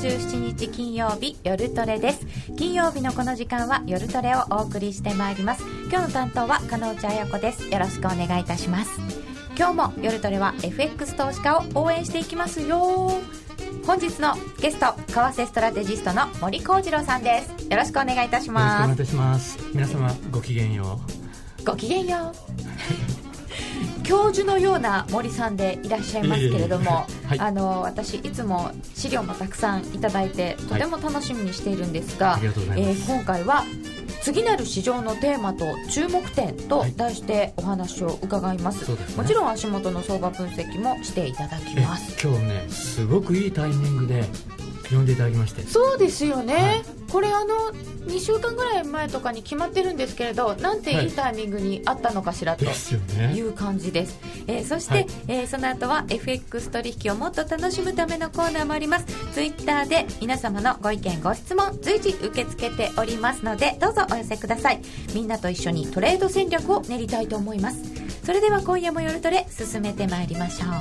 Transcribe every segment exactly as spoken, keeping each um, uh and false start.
じゅうしちにち金曜日、夜トレです。金曜日のこの時間は夜トレをお送りしてまいります。今日の担当は加納内彩子です。よろしくお願いいたします。今日も夜トレは エフエックス 投資家を応援していきますよ。本日のゲスト、為替ストラテジストの森幸次郎さんです。よろしくお願いいたします。 よろしくお願いいたします。皆様ごきげんよう。ごきげんよう。教授のような森さんでいらっしゃいますけれども、はい、あの私いつも資料もたくさんいただいてとても楽しみにしているんですが、はい、えー、今回は次なる市場のテーマと注目点と題してお話を伺います、はい、そうですね、もちろん足元の相場分析もしていただきます。 今日ねすごくいいタイミングで呼んでいただきまして。 そうですよね、はい、これあのにしゅうかんぐらい前とかに決まってるんですけれど、なんていいタイミングにあったのかしらという感じです、えー、そして、はい、えー、その後は エフエックス 取引をもっと楽しむためのコーナーもあります。ツイッターで皆様のご意見ご質問随時受け付けておりますので、どうぞお寄せください。みんなと一緒にトレード戦略を練りたいと思います。それでは今夜も夜トレ進めてまいりましょう。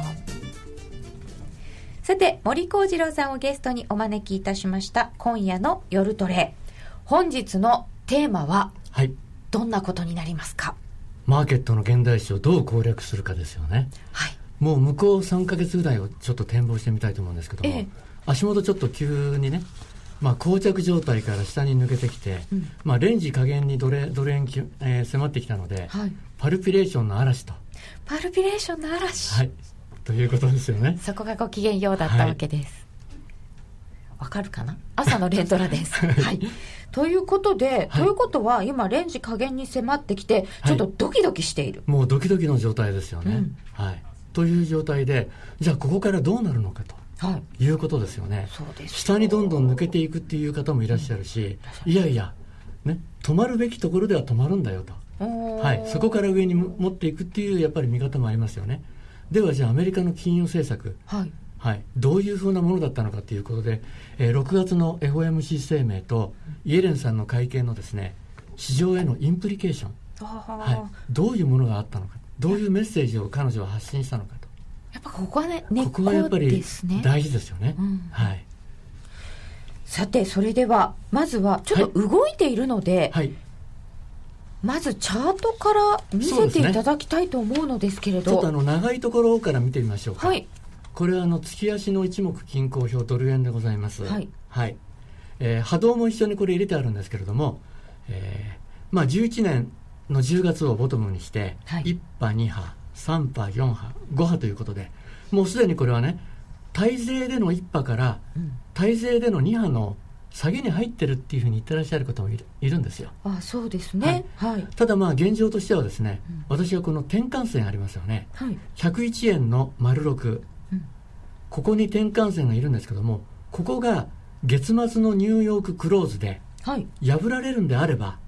さて、森幸次郎さんをゲストにお招きいたしました今夜の夜トレ、本日のテーマはどんなことになりますか？はい、 マーケットの現代史をどう攻略するかですよね。はい、もう向こうさんかげつぐらいをちょっと展望してみたいと思うんですけども、ええ、足元ちょっと急にね、まあ、膠着状態から下に抜けてきて、うん、まあ、レンジ加減にドル、ドル円、えー、迫ってきたので、はい、パルピレーションの嵐と。 パルピレーションの嵐、 はい、ということですよね。 そこがご機嫌ようだったわけです。わ、はい、かるかな。朝の連ドラです、はい、ということで、はい、ということは今レンジ加減に迫ってきてちょっとドキドキしている、 はい、もうドキドキの状態ですよね、うん、はい、という状態で、じゃあここからどうなるのかと、はい、いうことですよね。そうです。下にどんどん抜けていくっていう方もいらっしゃるし、うん、いやいや、ね、止まるべきところでは止まるんだよと、はい、そこから上に持っていくっていうやっぱり見方もありますよね。ではじゃあアメリカの金融政策、はいはい、どういうふうなものだったのかということで、えー、ろくがつの エフオーエムシー 声明とイエレンさんの会見のですね、市場へのインプリケーション、はい、どういうものがあったのか、どういうメッセージを彼女は発信したのかと。 やっぱここはね、根っこですね。ここがやっぱり大事ですよね、うん、はい。 さて、それではまずはちょっと動いているので、はいはい、まずチャートから見せていただきたいと思うのですけれど、 ね、ちょっとあの長いところから見てみましょうか。はい、これはあの月足の一目均衡表ドル円でございます。はい、はい、えー、波動も一緒にこれ入れてあるんですけれども、えーまあ、じゅういちねんのじゅうがつをボトムにして、はい、いち波に波さん波よん波ご波ということで、もうすでにこれはね、対勢でのいち波から対勢でのに波の下げに入ってるっていうふうに言ってらっしゃる方もい る, いるんですよ。 ああ、そうですね、はいはい、 ただまあ現状としてはですね、うん、私はこの転換線ありますよね、はい、ひゃくいちえんの丸ろく、うん、ここに転換線がいるんですけども、ここが月末のニューヨーククローズで破られるんであれば、はい、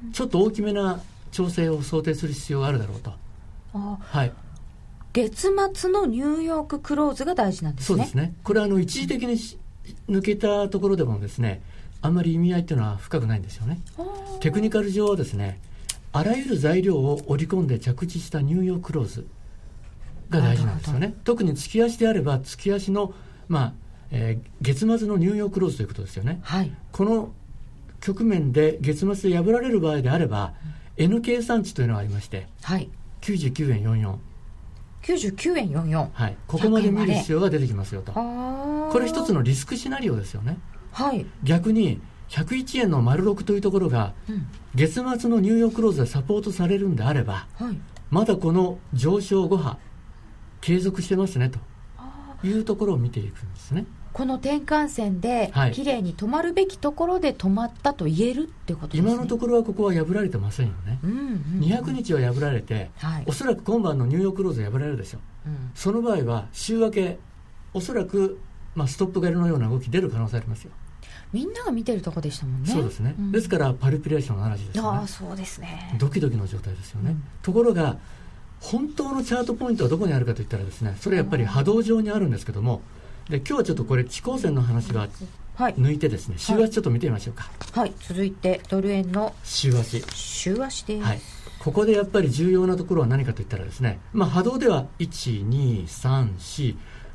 ちょっと大きめな調整を想定する必要があるだろうと。あ、はい、 月末のニューヨーククローズが大事なんですね。 そうですね。これはあの一時的に抜けたところでもですね、あんまり意味合いっていうのは深くないんですよね。テクニカル上はですね、あらゆる材料を織り込んで着地したニューヨーククローズが大事なんですよね。特に月足であれば月足の、まあえー、月末のニューヨーククローズということですよね、はい、この局面で月末で破られる場合であれば、うん、N 計算値というのがありまして、はい、きゅうじゅうきゅうえんよんじゅうよん、 きゅうじゅうきゅうえんよんじゅうよん、はい、 ここまで見る必要が出てきますよと。これ一つのリスクシナリオですよね、はい、逆にひゃくいちえんの丸ろくというところが、うん、月末のニューヨーククローズでサポートされるんであれば、はい、まだこの上昇ご波継続してますねというところを見ていくんですね。 この転換線できれいに止まるべきところで止まったと言えるってことですね。 今のところはここは破られてませんよね、うんうんうん、にひゃくにちは破られて、はい、おそらく今晩のニューヨーククローズは破られるでしょう、うん、その場合は週明けおそらく、まあ、ストップ狩りのような動き出る可能性ありますよ。 みんなが見てるところでしたもんね。 そうですね、うん、ですからパルピレーションの話ですよね。 ああ、そうですね、 ドキドキの状態ですよね、うん、ところが本当のチャートポイントはどこにあるかといったらですね、それはやっぱり波動上にあるんですけども、で今日はちょっとこれ地高線の話は抜いてですね、週足ちょっと見てみましょうか。 はい、はい、続いてドル円の週足週足です、 はい、ここでやっぱり重要なところは何かといったらですね、まあ、波動ではいち、に、さん、よん、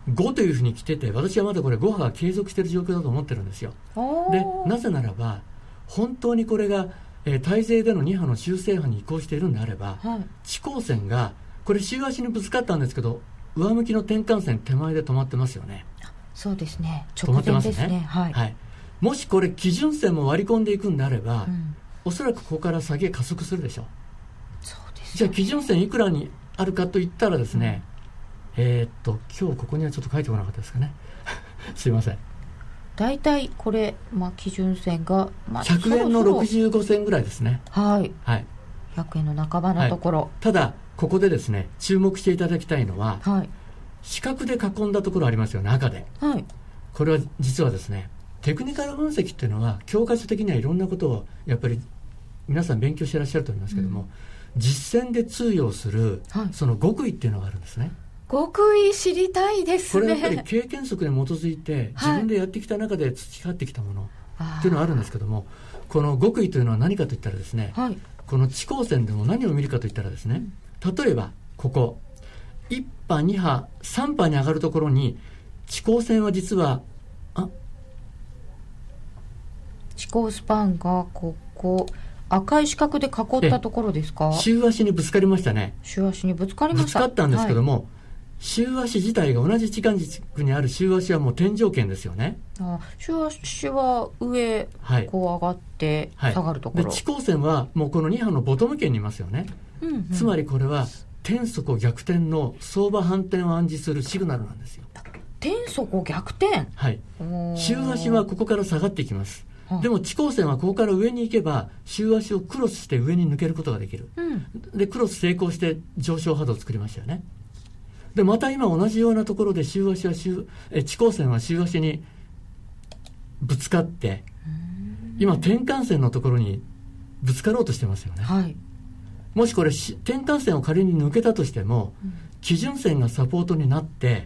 ごというふうに来てて、私はまだこれご波が継続している状況だと思ってるんですよ。でなぜならば本当にこれが、えー、大西でのに波の修正波に移行しているんであれば、はい、地高線がこれ週足にぶつかったんですけど、上向きの転換線手前で止まってますよね。 そうですね、直前ですね、はいはい、もしこれ基準線も割り込んでいくんであれば、うん、おそらくここから下げ加速するでしょう。 そうですね、 じゃあ基準線いくらにあるかといったらですね、うん、えー、っと今日ここにはちょっと書いてこなかったですかねすいません。 だいたいこれ、まあ、基準線が、まあ、 ひゃくえんのろくじゅうごせんぐらいですね。 はい、はい、ひゃくえんの半ばのところ、はい、 ただここでですね注目していただきたいのは、はい、四角で囲んだところありますよね、赤で、はい、これは実はですねテクニカル分析っていうのは教科書的にはいろんなことをやっぱり皆さん勉強していらっしゃると思いますけども、うん、実践で通用する、はい、その極意っていうのがあるんですね。 極意知りたいですね。 これはやっぱり経験則に基づいて自分でやってきた中で培ってきたものっていうのがあるんですけども、この極意というのは何かといったらですね、はい、この地高線でも何を見るかといったらですね、例えばここいち波に波さん波に上がるところに地高線は実はあ地高スパンがここ赤い四角で囲ったところですか。 週足にぶつかりましたね。 週足にぶつかりました。 ぶつかったんですけども、はい、週足自体が同じ時間軸にある週足はもう天井圏ですよね。 あ週足は上、はい、こう上がって下がるところ、 はい、で地高線はもうこのに波のボトム圏にいますよね、うんうん、つまりこれは天底逆転の相場反転を暗示するシグナルなんですよ。 天底逆転、 はい、週足はここから下がっていきます。でも地高線はここから上に行けば週足をクロスして上に抜けることができる、うん、でクロス成功して上昇波動を作りましたよね。でまた今同じようなところで週足は週え地高線は週足にぶつかって今転換線のところにぶつかろうとしてますよね、はい、もしこれ転換線を仮に抜けたとしても、うん、基準線がサポートになって、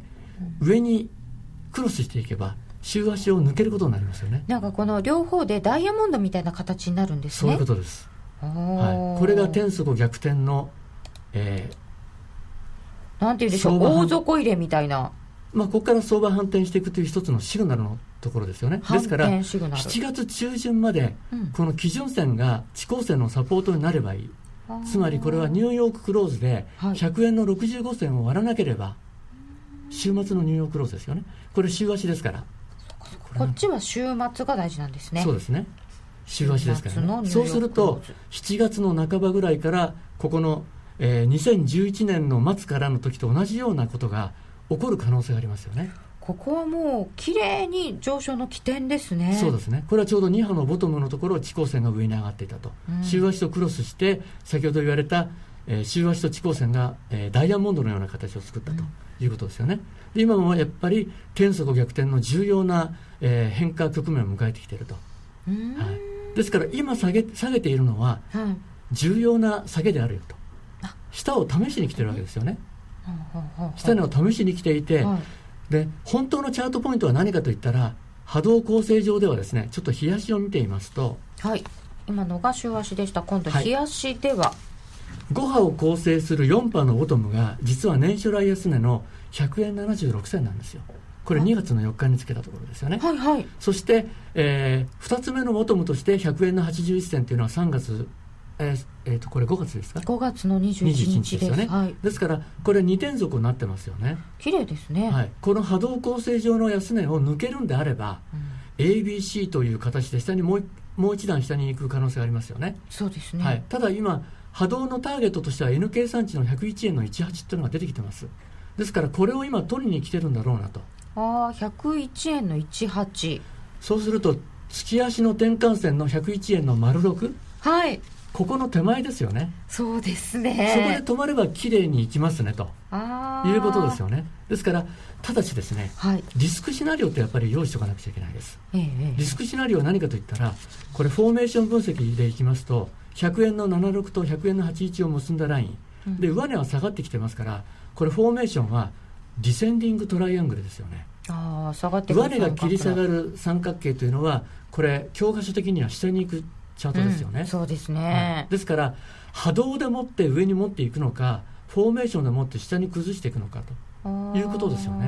うん、上にクロスしていけば週足を抜けることになりますよね。 なんかこの両方でダイヤモンドみたいな形になるんですね。 そういうことです、はい、これが天底逆転の、えー、なんていうんでしょう、大底入れみたいな、 まあ、ここから相場反転していくという一つのシグナルのところですよね。ですからしちがつ中旬までこの基準線が地高線のサポートになればいい、うん、つまりこれはニューヨーククローズでひゃくえんのろくじゅうごせんを割らなければ週末のニューヨーククローズですよね。これ週足ですから、 こっちは週末が大事なんですね。 そうですね、週足ですからね。そうするとしちがつの半ばぐらいからここの、えー、にせんじゅういちねんの末からの時と同じようなことが起こる可能性がありますよね。 ここはもうきれいに上昇の起点ですね。 そうですね、これはちょうどに波のボトムのところを地高線が上に上がっていたと、うん、週足とクロスして先ほど言われた、えー、週足と地高線が、えー、ダイヤモンドのような形を作ったということですよね。で今もやっぱり天底逆転の重要な、えー、変化局面を迎えてきていると、はい、ですから今下げ、下げているのは、はい、重要な下げであるよと、下を試しに来てるわけですよね。下を試しに来ていて、はい、で本当のチャートポイントは何かといったら波動構成上ではですね、ちょっと日足を見ていますと、 はい、今のが週足でした。今度日足では、はい、 ご波を構成するよん波のボトムが実は年初来安値のひゃくえんななじゅうろくせんなんですよ。これにがつのよっかにつけたところですよね、はいはい、そして、えー、ふたつめのボトムとしてひゃくえんのはちじゅういっせんというのはさんがつ、えーえー、とこれごがつですか、 ごがつのにじゅういちにちです。 ですよね、はい、ですからこれにてん底になってますよね。 綺麗ですね、 はい、この波動構成上の安値を抜けるんであれば、うん、エービーシー という形で下にもう、もう一段下に行く可能性がありますよね。 そうですね、 はい、ただ今波動のターゲットとしては エヌ 計算値のひゃくいちえんのじゅうはちというのが出てきてます。ですからこれを今取りに来てるんだろうなと。 ああ、ひゃくいちえんのじゅうはち。 そうすると月足の転換線のひゃくいちえんの丸ろく、 はい、 ここの手前ですよね。 そうですね、 そこで止まればきれいにいきますねということですよね。ですからただしですね、はい、リスクシナリオってやっぱり用意しておかなくちゃいけないです、ええ、リスクシナリオは何かといったら、これフォーメーション分析でいきますとひゃくえんのななじゅうろくとひゃくえんのはちじゅういちを結んだライン、うん、で上値は下がってきてますから、これフォーメーションはディセンディングトライアングルですよね。 あ、下がってくる上値が切り下がる三角形というのはこれ教科書的には下に行くチャートですよね、 うん、そうですね、 はい、ですから波動でもって上に持っていくのか、フォーメーションでもって下に崩していくのかということですよね。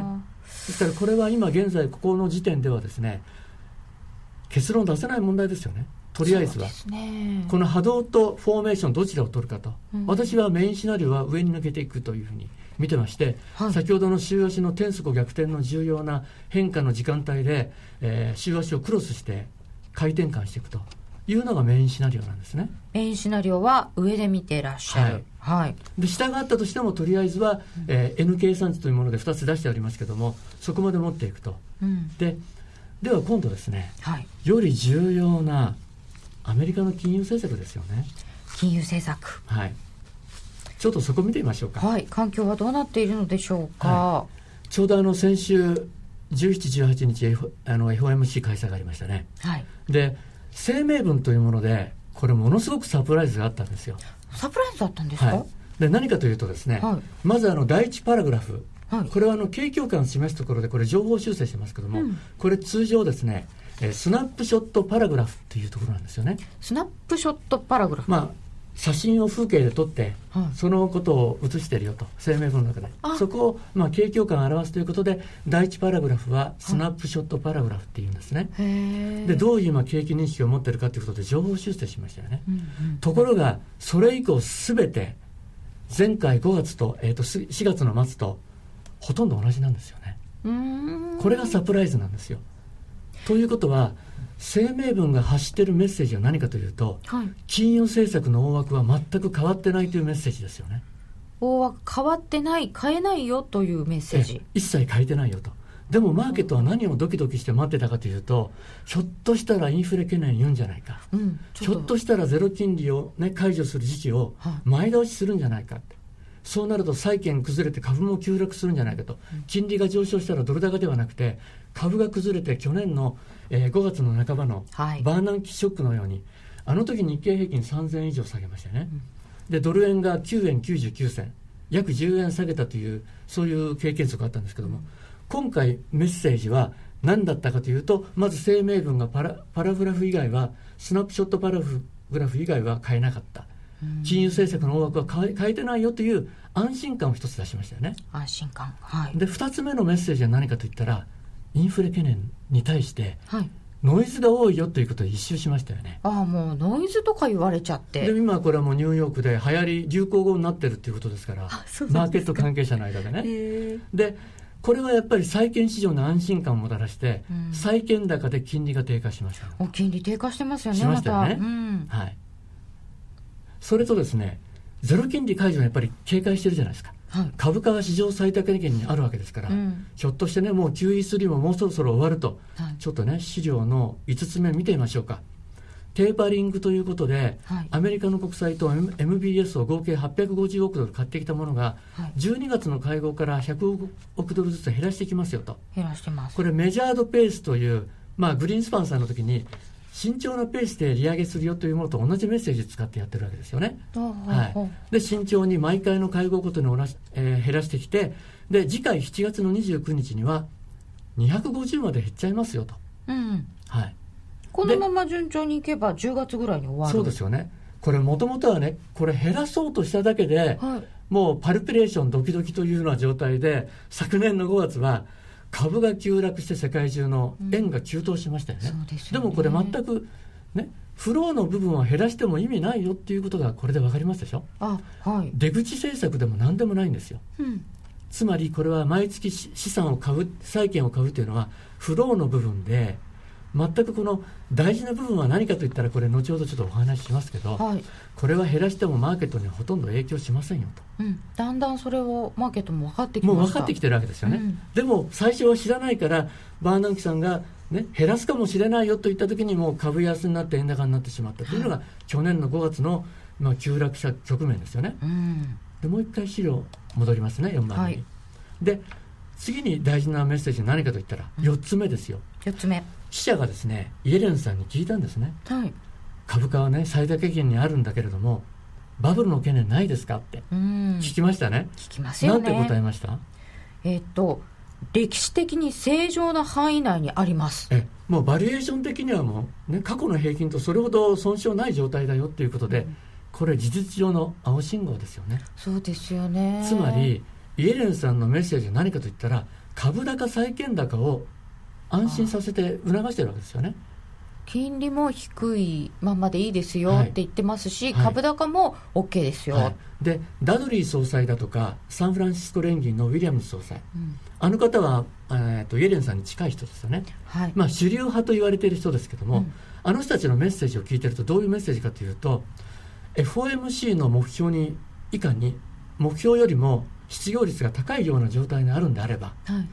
ですからこれは今現在ここの時点ではですね、結論出せない問題ですよね。とりあえずは、ね、この波動とフォーメーションどちらを取るかと、うん、私はメインシナリオは上に抜けていくというふうに見てまして、はい、先ほどの週足の天底逆転の重要な変化の時間帯で、えー、週足をクロスして回転換していくというのがメインシナリオなんですね。 メインシナリオは上で見てらっしゃる、 はいはい、で下があったとしてもとりあえずは、うんえー、N 計算値というものでふたつ出してありますけども、そこまで持っていくと、うん、で, では今度ですね、はい、より重要なアメリカの金融政策ですよね。 金融政策、 はい、ちょっとそこ見てみましょうか。 はい、環境はどうなっているのでしょうか。 はい、ちょうどあの先週じゅうしち、じゅうはちにち、F、あの エフオーエムシー 開催がありましたね。はい、で声明文というものでこれものすごくサプライズがあったんですよ。 サプライズだったんですか。はい、 で何かというとですね、はい、まずあの第一パラグラフ、はい、これはあの景況感を示すところでこれ情報修正してますけども、うん、これ通常ですね、えー、スナップショットパラグラフっていうところなんですよね。 スナップショットパラグラフ、 まあ、写真を風景で撮って、はい、そのことを写してるよと声明文の中でそこを、まあ、景況感を表すということで第一パラグラフはスナップショットパラグラフっていうんですね。へでどういう今景気認識を持ってるかということで情報修正しましたよね。うんうん、ところがそれ以降すべて前回ごがつと、えー、としがつの末とほとんど同じなんですよね。うーんこれがサプライズなんですよ。ということは声明文が発しているメッセージは何かというと、はい、金融政策の大枠は全く変わってないというメッセージですよね。 大枠変わってない、変えないよというメッセージ。 一切変えてないよと。でもマーケットは何をドキドキして待ってたかというと、ひょっとしたらインフレ懸念言うんじゃないか、うん、ひょっとしたらゼロ金利を、ね、解除する時期を前倒しするんじゃないかって、はい、そうなると債券崩れて株も急落するんじゃないかと、うん、金利が上昇したらドル高ではなくて株が崩れて去年の、えー、ごがつの半ばのバーナンキショックのように、はい、あの時日経平均さんぜんえん以上下げましたよね。うん、でドル円がきゅうえんきゅうじゅうきゅうせん、約じゅうえん下げたというそういう経験則があったんですけども、うん、今回メッセージは何だったかというと、まず声明文がパラ、パラグラフ以外はスナップショットパラグラフ以外は変えなかった、金融政策の大枠は変え、変えてないよという安心感を一つ出しましたよね。 安心感、はい、 でふたつめのメッセージは何かといったら、インフレ懸念に対して、はい、ノイズが多いよということを一周しましたよね。 ああ、もうノイズとか言われちゃって、 で今これはもうニューヨークで流行り流行語になってるということですから、マーケット関係者の間でね。でこれはやっぱり債券市場の安心感をもたらして、うん、債券高で金利が低下しました。 お金利低下してますよね。 しましたよね、また、うん、はい。それとですね、ゼロ金利解除はやっぱり警戒してるじゃないですか。はい、株価は史上最高値にあるわけですから、うん、ひょっとしてね、もう キューイースリー ももうそろそろ終わると、はい、ちょっとね資料のいつつめ見てみましょうか。テーパリングということで、はい、アメリカの国債と エムビーエス を合計はっぴゃくごじゅうおくドル買ってきたものが、はい、じゅうにがつの会合からひゃくおくドルずつ減らしてきますよと。 減らしてます。 これメジャードペースという、まあ、グリーンスパンさんの時に慎重なペースで利上げするよというものと同じメッセージ使ってやってるわけですよね。はい、で慎重に毎回の会合ごとに同じ、えー、減らしてきて、で次回しちがつのにじゅうくにちにはにひゃくごじゅうまで減っちゃいますよと、うん、はい、 このまま順調にいけばじゅうがつぐらいに終わる。 そうですよね。これもともとはね、これ減らそうとしただけで、はい、もうパルピレーションドキドキというような状態で、昨年のごがつは株が急落して世界中の円が急騰しましたよね。うん、そうですよね。でもこれ全くね、フローの部分は減らしても意味ないよっていうことがこれで分かりますでしょ。あ、はい、出口政策でも何でもないんですよ。うん、つまりこれは毎月資産を買う、債券を買うというのはフローの部分で、全くこの大事な部分は何かといったら、これ後ほどちょっとお話ししますけど、はい、これは減らしてもマーケットにはほとんど影響しませんよと、 うん、だんだんそれをマーケットも分かってきました。 もう分かってきてるわけですよね。うん、でも最初は知らないから、バーナンキさんが、ね、減らすかもしれないよと言った時にもう株安になって円高になってしまったというのが、はい、去年のごがつの、まあ、急落した局面ですよね。うん、でもう一回資料戻りますね、よんばんめに、はい、で次に大事なメッセージは何かといったら、よっつめですよ。 よっつめ、 記者がですね、イエレンさんに聞いたんですね。はい、株価はね最高値にあるんだけれどもバブルの懸念ないですかって聞きましたね。 聞きますよね。 なんて答えました？ えー、っと歴史的に正常な範囲内にあります。 えもうバリエーション的にはもう、ね、過去の平均とそれほど損傷ない状態だよということで、うん、これ事実上の青信号ですよね。 そうですよね。 つまりイエレンさんのメッセージは何かといったら、 株高債券高を安心させて促してるわけですよね。 金利も低いままでいいですよって言ってますし、はい、株高も OK ですよ、はい、 でダドリー総裁だとかサンフランシスコ連銀のウィリアムズ総裁、うん、あの方は、えー、とイエレンさんに近い人ですよね、はい、まあ、主流派と言われている人ですけども、うん、あの人たちのメッセージを聞いてるとどういうメッセージかというと エフオーエムシー の目標に以下に目標よりも失業率が高いような状態にあるんであれば、はい、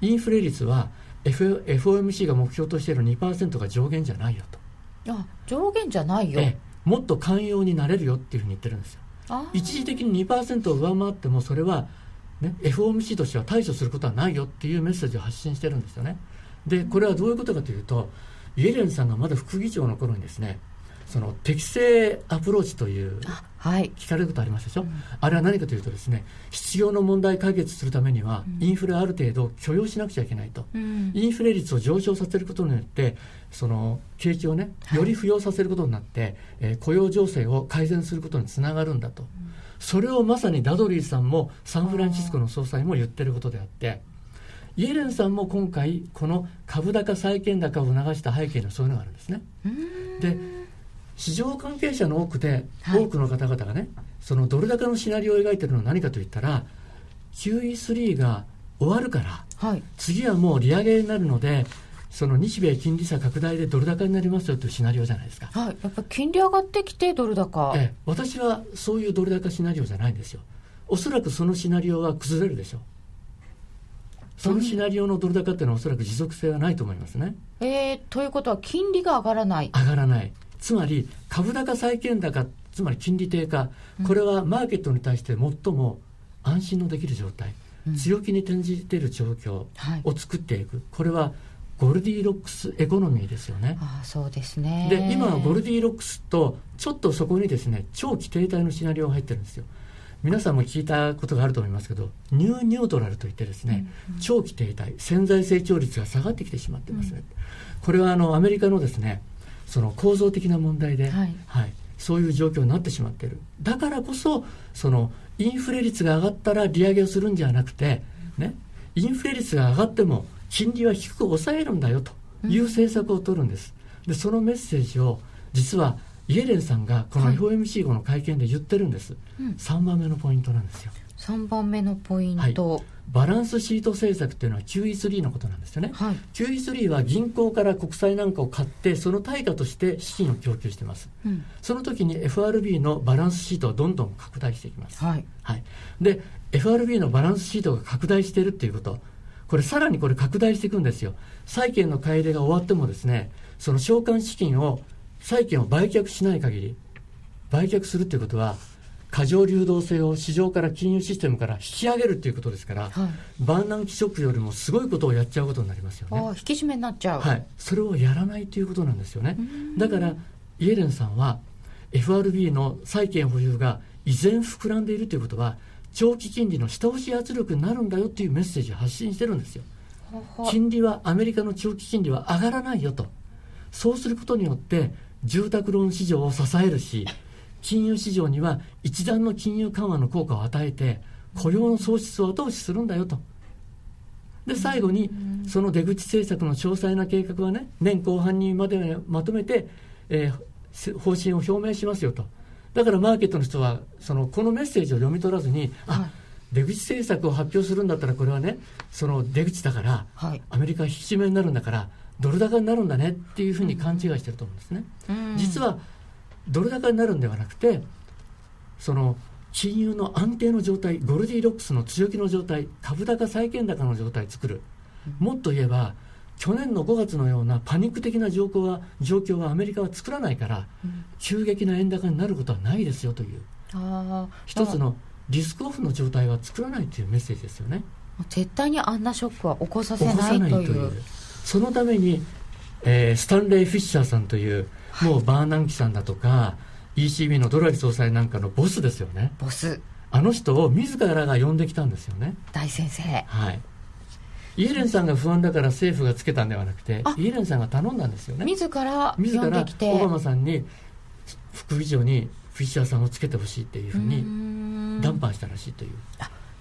インフレ率はF、エフオーエムシー が目標としている にパーセント が上限じゃないよと。 あ、上限じゃないよ。 えもっと寛容になれるよっていうふうに言ってるんですよ。一時的に にパーセント を上回ってもそれは、ね、エフオーエムシー としては対処することはないよっていうメッセージを発信してるんですよね。でこれはどういうことかというと、イエレンさんがまだ副議長の頃にですね、その適正アプローチという聞かれることありますでしょ、はい、うん、あれは何かというとですね、失業の問題解決するためにはインフレをある程度許容しなくちゃいけないと、うん、インフレ率を上昇させることによってその景気をねより浮揚させることになって、はい、えー、雇用情勢を改善することにつながるんだと、うん、それをまさにダドリーさんもサンフランシスコの総裁も言ってることであって、イエレンさんも今回この株高債券高を促した背景にはそういうのがあるんですね。で市場関係者の多くで、はい、多くの方々がね、そのドル高のシナリオを描いているのは何かといったら キューイースリー が終わるから、はい、次はもう利上げになるのでその日米金利差拡大でドル高になりますよというシナリオじゃないですか、 はい、やっぱ金利上がってきてドル高、 ええ、私はそういうドル高シナリオじゃないんですよ。おそらくそのシナリオは崩れるでしょう。そのシナリオのドル高っていうのはおそらく持続性はないと思いますね。 えー、ということは金利が上がらない上がらない、つまり株高債券高、つまり金利低下、これはマーケットに対して最も安心のできる状態、うん、強気に転じている状況を作っていく、はい、これはゴルディロックスエコノミーですよね。 ああ、そうですね。 で今はゴルディロックスとちょっとそこにですね長期停滞のシナリオが入ってるんですよ。皆さんも聞いたことがあると思いますけど、ニューニュートラルといってですね、うんうん、長期停滞、潜在成長率が下がってきてしまってますね、うん、これはあのアメリカのですねその構造的な問題で、はいはい、そういう状況になってしまっている。だからこそそのインフレ率が上がったら利上げをするんじゃなくて、ね、インフレ率が上がっても金利は低く抑えるんだよという政策を取るんです。でそのメッセージを実はイエレンさんがこの エフオーエムシー 後の会見で言ってるんです、はい、さんばんめのポイントなんですよ。 さんばんめのポイント、はい、 バランスシート政策というのは キューイースリー のことなんですよね、はい、キューイースリー は銀行から国債なんかを買ってその対価として資金を供給しています、うん、その時に エフアールビー のバランスシートはどんどん拡大していきます、はいはい、で エフアールビー のバランスシートが拡大しているっていうこと、これさらにこれ拡大していくんですよ。債券の買い入れが終わってもですね、その償還資金を債券を売却しない限り、売却するということは過剰流動性を市場から金融システムから引き上げるということですから、はい、バーナンキショックよりもすごいことをやっちゃうことになりますよね。 あ、引き締めになっちゃう、 はい、それをやらないということなんですよね。だからイエレンさんは エフアールビー の債券保有が依然膨らんでいるということは長期金利の下押し圧力になるんだよというメッセージを発信してるんですよ。金利はアメリカの長期金利は上がらないよと。そうすることによって住宅ローン市場を支えるし、金融市場には一段の金融緩和の効果を与えて雇用の創出を後押しするんだよと。で最後にその出口政策の詳細な計画はね、年後半にまでまとめて、えー、方針を表明しますよと。だからマーケットの人はそのこのメッセージを読み取らずに、あ、はい、出口政策を発表するんだったらこれはねその出口だから、はい、アメリカは引き締めになるんだからドル高になるんだねっていうふうに勘違いしてると思うんですね、うん、実はドル高になるんではなくて、その金融の安定の状態、ゴルディロックスの強気の状態、株高債券高の状態を作る、うん、もっと言えば去年のごがつのようなパニック的な状況は状況はアメリカは作らないから、うん、急激な円高になることはないですよという、あ一つのリスクオフの状態は作らないというメッセージですよね。 絶対にあんなショックは起こさせないという、起こさないという、 そのために、えー、スタンレー・フィッシャーさんというもうバーナンキさんだとか イーシービー のドラギ総裁なんかのボスですよね。 ボス、 あの人を自らが呼んできたんですよね。 大先生、 はい、イエレンさんが不安だから政府がつけたんではなくて、イエレンさんが頼んだんですよね。 自ら呼んできて、 自らオバマさんに副議長にフィッシャーさんをつけてほしいっていうふうに談判したらしいという。 あ、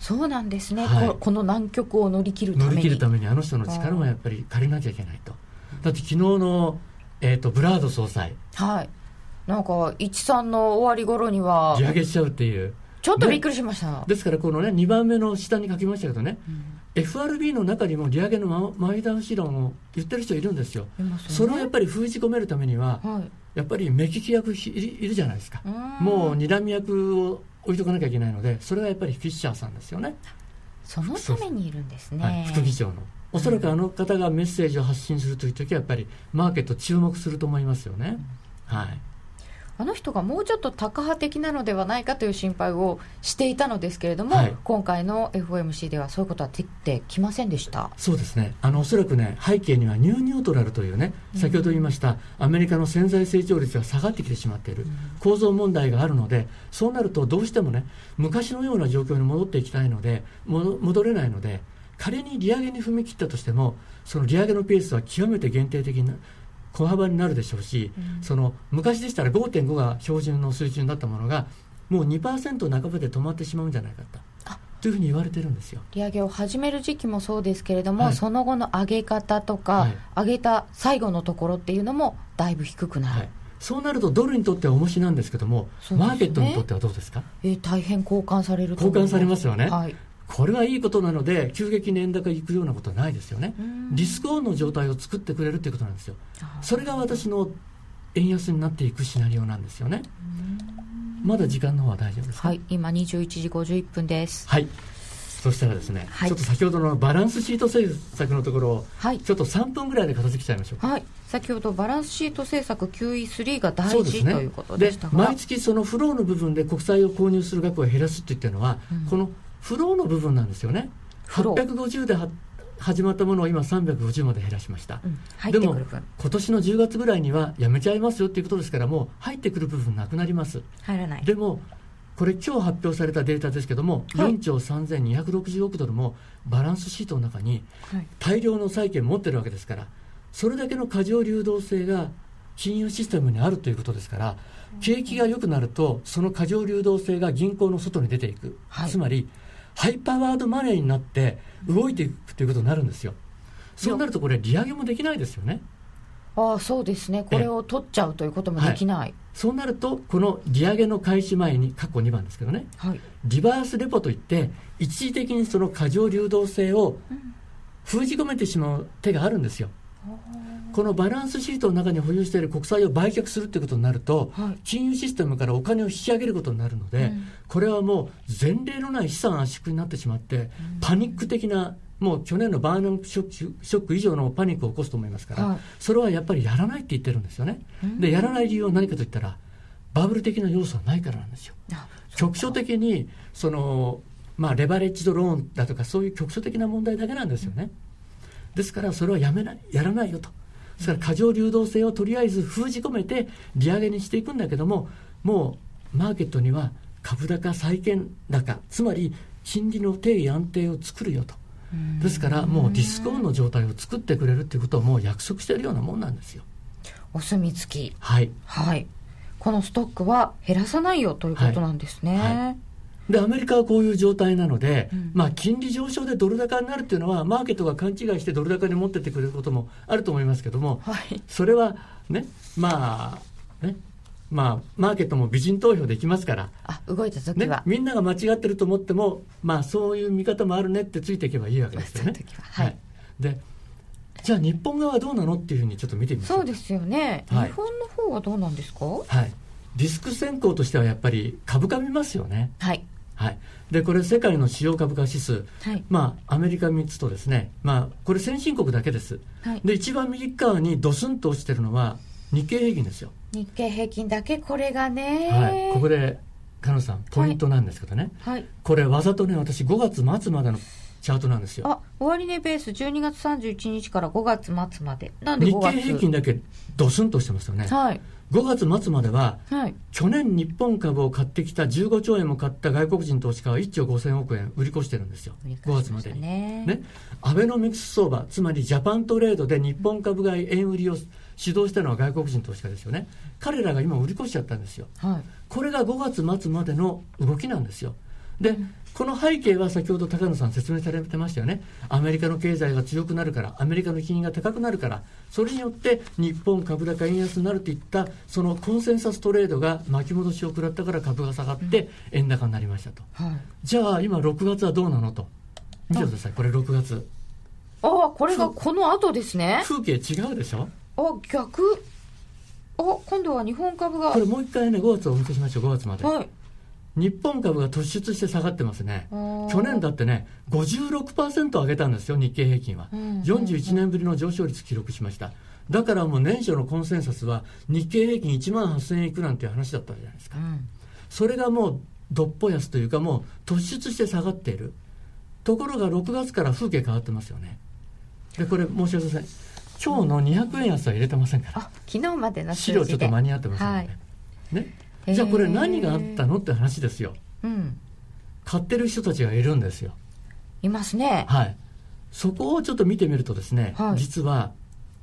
そうなんですね、 はい、 こ, この難局を乗り切るために乗り切るためにあの人の力もやっぱり借りなきゃいけないと。だって昨日の、えー、とブラード総裁、 はい、なんかいちさんの終わり頃には利上げしちゃうっていう、 ちょっとびっくりしました。 ですからこの、ね、にばんめの下に書きましたけどね、うん、エフアールビー の中にも利上げの前倒し論を言ってる人いるんですよ。ね、それをやっぱり封じ込めるためには、はい、やっぱり目利き役いるじゃないですか。もう睨み役を置いとかなきゃいけないので、それはやっぱりフィッシャーさんですよね。 そのためにいるんですね。はい、 副議長のおそらくあの方がメッセージを発信するというときはやっぱりマーケット注目すると思いますよね。うん、はい。 あの人がもうちょっとタカ派的なのではないかという心配をしていたのですけれども、はい、今回の エフオーエムシー ではそういうことは出てきませんでした。 そうですね、あのおそらくね、背景にはニューニュートラルというね、先ほど言いました、うん、アメリカの潜在成長率が下がってきてしまっている、うん、構造問題があるので、そうなるとどうしてもね、昔のような状況に戻っていきたいので戻れないので、仮に利上げに踏み切ったとしても、その利上げのペースは極めて限定的な小幅になるでしょうし、うん、その昔でしたら ごてんご が標準の水準だったものがもう にパーセント 半ばで止まってしまうんじゃないかというふうに言われてるんですよ。 利上げを始める時期もそうですけれども、はい、その後の上げ方とか、はい、上げた最後のところっていうのもだいぶ低くなる、はい、 そうなるとドルにとっては重しなんですけども、ね、マーケットにとってはどうですか。 えー、大変交換されると思います。 交換されますよね、 はい、 これはいいことなので急激に円高いくようなことはないですよね。リスクオンの状態を作ってくれるということなんですよ。それが私の円安になっていくシナリオなんですよね。まだ時間の方は大丈夫ですか。 はい、今にじゅういちじごじゅういっぷんです。 はい、そしたらですね、はい、ちょっと先ほどのバランスシート政策のところを、はい、ちょっとさんぷんぐらいで片付けちゃいましょうか。 はい、先ほどバランスシート政策 キューイースリー が大事、ね、ということでしたが、 で毎月そのフローの部分で国債を購入する額を減らすって言ってるのは、うん、このフローの部分なんですよね。はっぴゃくごじゅうでは始まったものを今さんびゃくごじゅうまで減らしました、うん、入ってくる分。でも今年のじゅうがつぐらいにはやめちゃいますよっていうことですから、もう入ってくる部分なくなります。 入らない。 でもこれ今日発表されたデータですけども、はい、よんちょうさんぜんにひゃくろくじゅうおくドルもバランスシートの中に大量の債券持ってるわけですから、それだけの過剰流動性が金融システムにあるということですから、景気が良くなるとその過剰流動性が銀行の外に出ていく、はい、つまりハイパワードマネーになって動いていくということになるんですよ。そうなるとこれ利上げもできないですよね。 ああ、そうですね。これを取っちゃうということもできない、はい、 そうなるとこの利上げの開始前に過去にばんですけどね、はい、リバースレポといって一時的にその過剰流動性を封じ込めてしまう手があるんですよ。このバランスシートの中に保有している国債を売却するということになると、はい、金融システムからお金を引き上げることになるので、うん、これはもう前例のない資産圧縮になってしまって、うん、パニック的な、もう去年のバーナムショック、ショック以上のパニックを起こすと思いますから、はい、それはやっぱりやらないって言ってるんですよね、うん、でやらない理由は何かといったらバブル的な要素はないからなんですよ。局所的にその、まあ、レバレッジドローンだとかそういう局所的な問題だけなんですよね。ですからそれはやめない、やらないよと。ですから過剰流動性をとりあえず封じ込めて利上げにしていくんだけども、もうマーケットには株高債券高、つまり金利の定位安定を作るよと。ですからもうリスクオンの状態を作ってくれるということをもう約束しているようなもんなんですよ。 お墨付き、 はい、 はい、このストックは減らさないよということなんですね、はいはい。 でアメリカはこういう状態なので、うんまあ、金利上昇でドル高になるというのはマーケットが勘違いしてドル高に持ってってくれることもあると思いますけども、はい、それはね、まあね、まあ、マーケットも美人投票できますから、 あ動いた時は、 ね、みんなが間違ってると思っても、まあ、そういう見方もあるねってついていけばいいわけですよね。はいはい、でじゃあ日本側はどうなのっていうふうにちょっと見てみましょう。 そうですよね、はい、日本の方はどうなんですか。 はい、リスク先行としてはやっぱり株価見ますよね。 はいはい、でこれ世界の主要株価指数、はい、まあ、アメリカみっつとですね、まあ、これ先進国だけです、はい、で一番右側にドスンと落ちてるのは日経平均ですよ。 日経平均だけこれがね、 はい、ここで菅野さんポイントなんですけどね、はいはい、これわざとね私ごがつまつまでのチャートなんですよ。 あ終値ベースじゅうにがつさんじゅういちにちからごがつ末までなんでごがつ日経平均だけドスンとしてますよね、はい、ごがつ末までは、はい、去年日本株を買ってきたじゅうごちょうえんも買った外国人投資家はいっちょうごせんおくえん売り越してるんですよ、ごがつまでに、ね、アベノミクス相場、つまりジャパントレードで日本株買い円売りを主導したのは外国人投資家ですよね。彼らが今売り越しちゃったんですよ、はい、これがごがつ末までの動きなんですよ。でこの背景は先ほど高野さん説明されてましたよね。アメリカの経済が強くなるから、アメリカの金利が高くなるから、それによって日本株高円安になるといったそのコンセンサストレードが巻き戻しを食らったから株が下がって円高になりましたと、うんはい、じゃあ今ろくがつはどうなのと見てください。これろくがつ、 ああこれがこの後ですね。 風景違うでしょ。 あ逆あ今度は日本株がこれもう一回ねごがつをお見せしましょう。ごがつまで、 はい、 日本株が突出して下がってますね。去年だってね ごじゅうろくパーセント 上げたんですよ、日経平均は、うんうんうん、よんじゅういちねんぶりの上昇率記録しました。だからもう年初のコンセンサスは日経平均いちまんはっせんえんいくなんていう話だったじゃないですか、うん、それがもうどっぽ安というかもう突出して下がっているところがろくがつから風景変わってますよね。でこれ申し訳ございません、今日のにひゃくえん安は入れてませんから、 あ昨日までの数字で資料ちょっと間に合ってませんので、はいね、じゃあこれ何があったのって話ですよ、うん、買ってる人たちがいるんですよ。 いますね。 はい、そこをちょっと見てみるとですね、はい、実は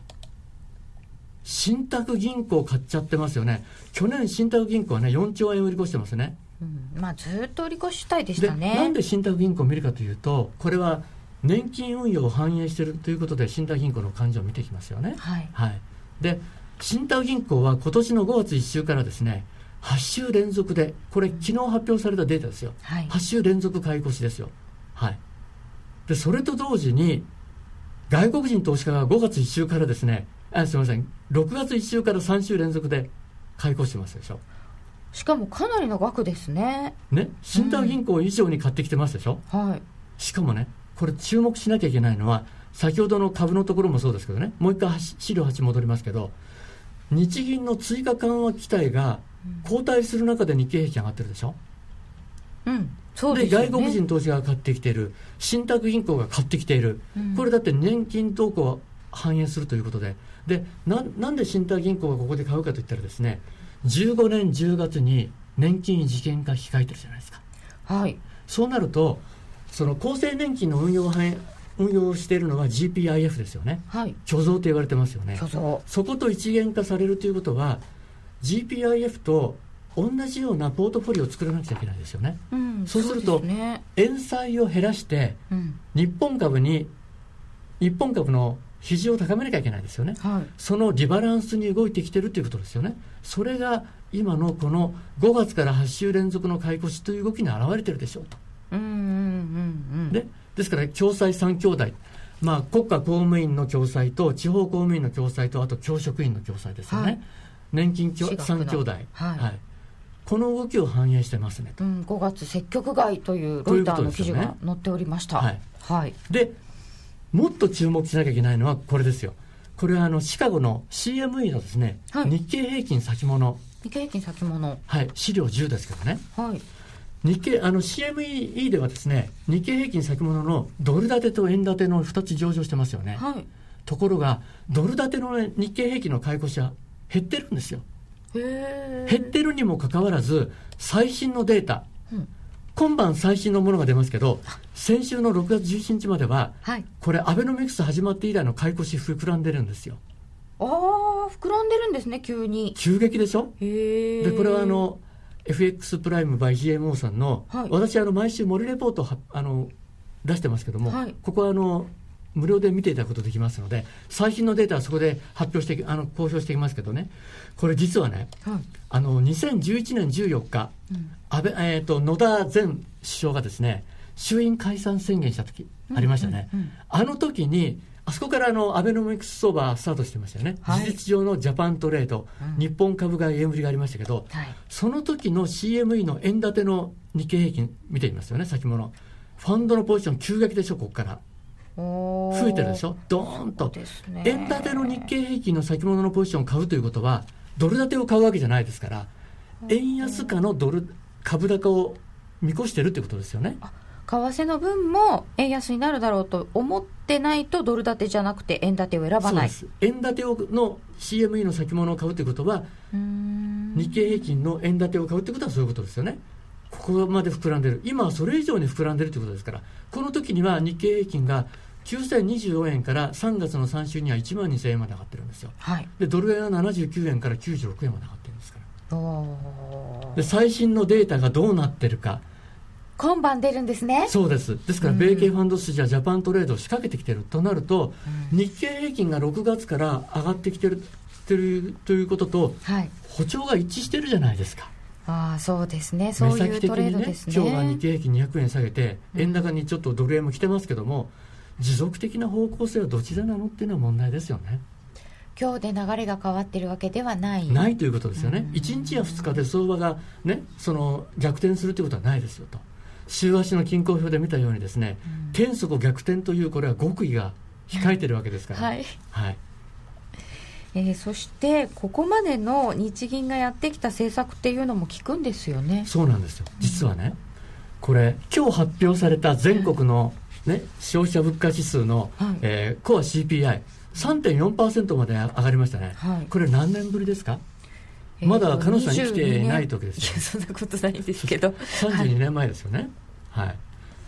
信託銀行買っちゃってますよね。去年信託銀行はねよんちょうえん売り越してますね、 うんまあ、ずっと売り越したいでしたね。 でなんで信託銀行を見るかというと、これは年金運用を反映しているということで信託銀行の勘定を見てきますよね、はいはい、で信託銀行は今年のごがついっ週からですねはち週連続で、これ昨日発表されたデータですよ、はい、はち週連続買い越しですよ、はい、でそれと同時に外国人投資家がごがついっ週からですねあすみませんろくがついっ週からさん週連続で買い越してますでしょ。 しかもかなりの額ですね。 ね、信託銀行以上に買ってきてますでしょ、うんはい、しかもねこれ注目しなきゃいけないのは先ほどの株のところもそうですけどね、もう一回資料はち戻りますけど、日銀の追加緩和期待が後退する中で日経平均上がってるでしょ、うん、そうですよね。で外国人投資家が買ってきている、信託銀行が買ってきている、うん、これだって年金動向を反映するということで、で な, なんで信託銀行がここで買うかといったらですね、じゅうごねんじゅうがつに年金時限化控えてるじゃないですか、はい、そうなるとその厚生年金の運用を運用しているのは ジーピーアイエフ ですよね、はい、虚像と言われてますよね。そこと一元化されるということは ジーピーアイエフ と同じようなポートフォリオを作らなくちゃいけないですよね、うん、そうするとそうですね、円債を減らして、うん、日本株に日本株の比重を高めなきゃいけないですよね、はい、そのリバランスに動いてきているということですよね。それが今のこのごがつからはち週連続の買い越しという動きに表れているでしょうと、うんうんうんうん、で, ですから共済さん兄弟、まあ、国家公務員の共済と地方公務員の共済とあと教職員の共済ですよね、はい、年金さん兄弟、はいはい、この動きを反映してますねと、うん、 ごがつ積極買いというロイターの記事が載っておりました。はいはい、 でもっと注目しなきゃいけないのはこれですよ。これはあのシカゴの シーエムイー のですね、はい、日経平均先物日経平均先物、 はい、資料じゅうですけどね、はい、日経あの シーエムイー ではですね日経平均先物のドル建てと円建てのふたつ上場してますよね、はい、ところがドル建ての日経平均の買い越しは減ってるんですよ。へ減ってるにもかかわらず最新のデータ、うん今晩最新のものが出ますけど、先週のろくがつじゅうしちにちまでは、はい、これアベノミクス始まって以来の買い越し膨らんでるんですよ。 ああ膨らんでるんですね。急に急激でしょ。へでこれはあの エフエックス プライム by ジーエムオー さんの、はい、私あの毎週モリレポートをあの出してますけども、はい、ここはあの無料で見ていただくことできますので最新のデータはそこで発表してあの公表していきますけどね、これ実はね、はい、あのにせんじゅういちねんじゅうよっか、うん安倍えー、と野田前首相がですね衆院解散宣言した時ありましたね、うんうんうん、あの時にあそこからあのアベノミクス相場スタートしてましたよね、はい、事実上のジャパントレード、うん、日本株買い円売りがありましたけど、はい、その時の シーエムイー の円建ての日経平均見てみますよね。先物ファンドのポジション急激でしょ。ここから増えてるでしょ。ドーンと、ね、円建ての日経平均の先物のポジションを買うということはドル建てを買うわけじゃないですから、円安かのドル株高を見越してるということですよね。 為替の分も円安になるだろうと思ってないとドル建てじゃなくて円建てを選ばない。 そうです。円建てをの シーエムイー の先物を買うということはうーん日経平均の円建てを買うということはそういうことですよね。ここまで膨らんでる。今はそれ以上に膨らんでるということですから、この時には日経平均がきゅうせんにじゅうよえんからさんがつのさん週にはいちまんにせんえんまで上がってるんですよ、はい、でドル円はななじゅうきゅうえんからきゅうじゅうろくえんまで上がってるんですから。で最新のデータがどうなってるか、 今晩出るんですね。 そうです。ですから米系ファンド筋はジャパントレードを仕掛けてきてるとなると、うん、日経平均がろくがつから上がってきてるということと、はい、歩調が一致してるじゃないですか。 ああ、そうですね。そういうトレードですね。 今日は日経平均にひゃくえん下げて円高にちょっとドル円も来てますけども、うん、持続的な方向性はどちらなのっていうのは問題ですよね。 今日で流れが変わってるわけではないないということですよね。いちにちやふつかで相場が、ね、その逆転するということはないですよと。週足の均衡表で見たようにですね、うん、転速逆転というこれは極意が控えてるわけですから、 はいはい。 えー、そしてここまでの日銀がやってきた政策っていうのも効くんですよね。 そうなんですよ。実はね、うん、これ今日発表された全国の、ね、消費者物価指数の、はい、えー、コア シーピーアイさんてんよんパーセント まで上がりましたね、はい、これ何年ぶりですか？えー、まだ彼女さん生きていない時ですよ。 いや、そんなことないんですけどさんじゅうにねんまえですよね、はいはい、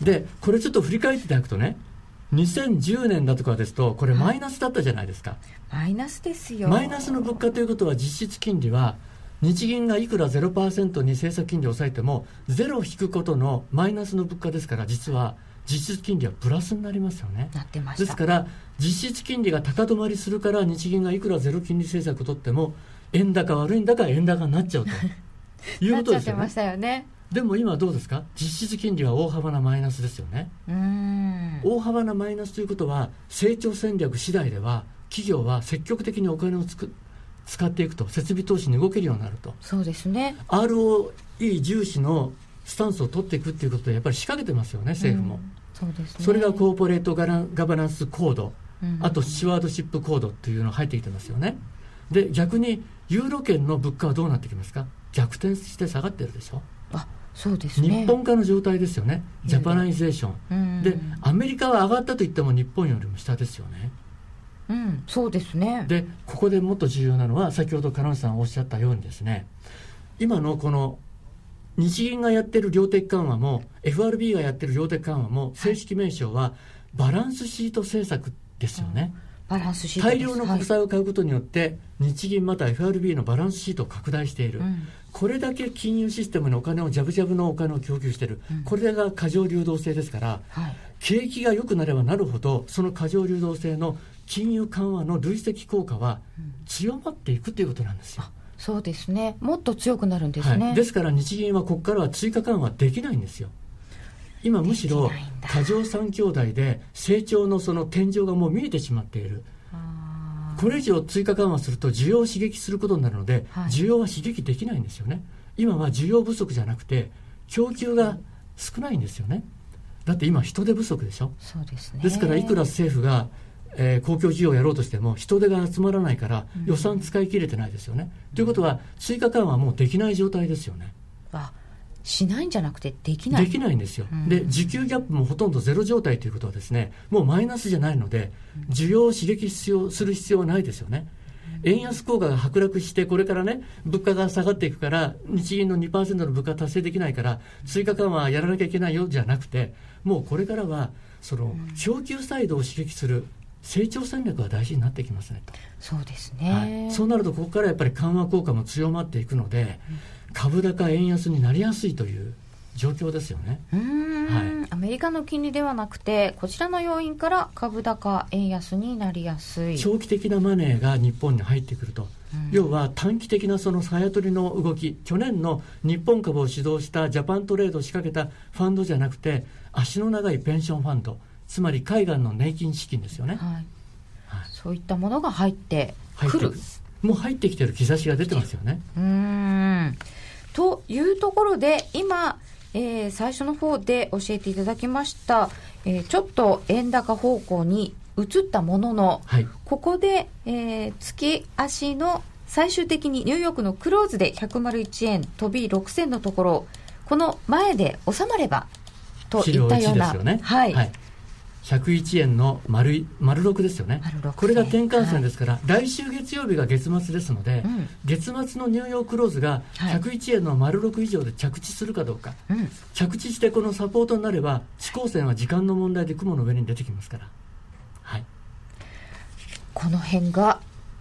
でこれちょっと振り返っていただくとね、にせんじゅうねんだとかですとこれマイナスだったじゃないですか、 はい、マイナスですよ。 マイナスの物価ということは実質金利は日銀がいくら ゼロパーセント に政策金利を抑えてもゼロ引くことのマイナスの物価ですから、実は実質金利はプラスになりますよね。 なってました。 ですから実質金利が高止まりするから日銀がいくらゼロ金利政策を取っても円高悪いんだから円高になっちゃうということですよね。なっちゃってましたよね。でも今どうですか？実質金利は大幅なマイナスですよね。 うーん、 大幅なマイナスということは成長戦略次第では企業は積極的にお金をつく使っていくと、設備投資に動けるようになると。 そうですね。 アールオーイー 重視のスタンスを取っていくということでやっぱり仕掛けてますよね、政府も。 そうですね。 それがコーポレートガラ、ガバナンスコード、うん、あとスチュワードシップコードというのが入ってきてますよね。で逆にユーロ圏の物価はどうなってきますか？逆転して下がってるでしょ。 あ、そうですね。 日本化の状態ですよね。ジャパナイゼーション、うん、でアメリカは上がったといっても日本よりも下ですよね。 うん、そうですね。 でここでもっと重要なのは先ほど金内さんおっしゃったようにですね、今のこの日銀がやってる量的緩和も エフアールビー がやってる量的緩和も正式名称はバランスシート政策ですよね、 うん、バランスシートです。 大量の国債を買うことによって、はい、日銀また エフアールビー のバランスシートを拡大している、うん、これだけ金融システムにお金をジャブジャブのお金を供給している、うん、これが過剰流動性ですから、はい、景気が良くなればなるほどその過剰流動性の金融緩和の累積効果は強まっていくということなんですよ、うん。 そうですね。もっと強くなるんですね、 はい、ですから日銀はここからは追加緩和できないんですよ。今むしろ過剰三兄弟で成長のその天井がもう見えてしまっている。これ以上追加緩和すると需要を刺激することになるので、はい、需要は刺激できないんですよね。今は需要不足じゃなくて供給が少ないんですよね。だって今人手不足でしょ。 そうですね。 ですからいくら政府がえー、公共事業をやろうとしても人手が集まらないから予算使い切れてないですよね、うん、ということは追加緩和はもうできない状態ですよね。 あ、しないんじゃなくてできない。 できないんですよ、うん、で需給ギャップもほとんどゼロ状態ということはですね、もうマイナスじゃないので需要を刺激必要する必要はないですよね。円安効果が剥落してこれからね物価が下がっていくから日銀の にパーセント の物価達成できないから追加緩和やらなきゃいけないよじゃなくて、もうこれからはその供給サイドを刺激する成長戦略が大事になってきますねと。 そうですね、 はい、そうなるとここからやっぱり緩和効果も強まっていくので、うん、株高円安になりやすいという状況ですよね。 うーん、はい、アメリカの金利ではなくてこちらの要因から株高円安になりやすい。 長期的なマネーが日本に入ってくると、うん、要は短期的なそのさや取りの動き、去年の日本株を主導したジャパントレードを仕掛けたファンドじゃなくて足の長いペンションファンド、つまり海外の年金資金ですよね、 はいはい、そういったものが入ってくる。 もう入ってきてる兆しが出てますよね。 うーんというところで今、えー、最初の方で教えていただきました、えー、ちょっと円高方向に移ったものの、はい、ここで、えー、月足の最終的にニューヨークのクローズでひゃくいちえん飛びろくせんのところ、この前で収まればといったような、 ですよね、はいはい、ひゃくいちえんの 丸, 丸ろくですよね。これが転換線ですから、はい、来週月曜日が月末ですので、うん、月末のニューヨーククローズがひゃくいちえんの丸ろく以上で着地するかどうか、はい、着地してこのサポートになれば地高線は時間の問題で雲の上に出てきますから、はい、 この辺が大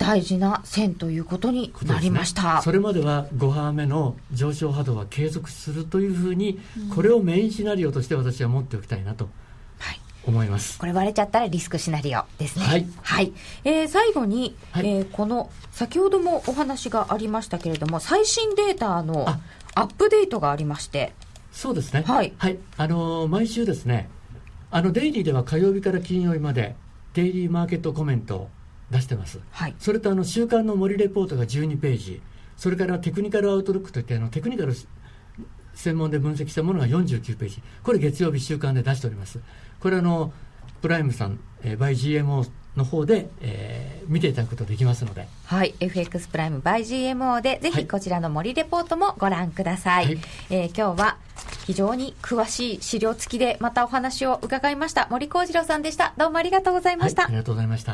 大事な線ということになりました、 ね、それまではご波目の上昇波動は継続するというふうに、うん、これをメインシナリオとして私は持っておきたいなと思います、 はい、これ割れちゃったらリスクシナリオですね。 はい、 はい。えー、最後に、はい、えー、この先ほどもお話がありましたけれども、最新データのアップデートがありまして。 そうですね、 はい、 はい、あのー、毎週ですね、あのデイリーでは火曜日から金曜日までデイリーマーケットコメントを出してます、はい、それとあの週刊の森レポートがじゅうにページ、それからテクニカルアウトロックといってあのテクニカル専門で分析したものがよんじゅうきゅうページ、これ月曜日週間で出しております。これあのプライムさん、えー、バイ ジーエムオー の方で、えー、見ていただくことができますので、 はい、エフエックス プライム by ジーエムオー でぜひこちらの森レポートもご覧ください、はい、えー、今日は非常に詳しい資料付きでまたお話を伺いました森幸次郎さんでした。どうもありがとうございました、 はい、ありがとうございました。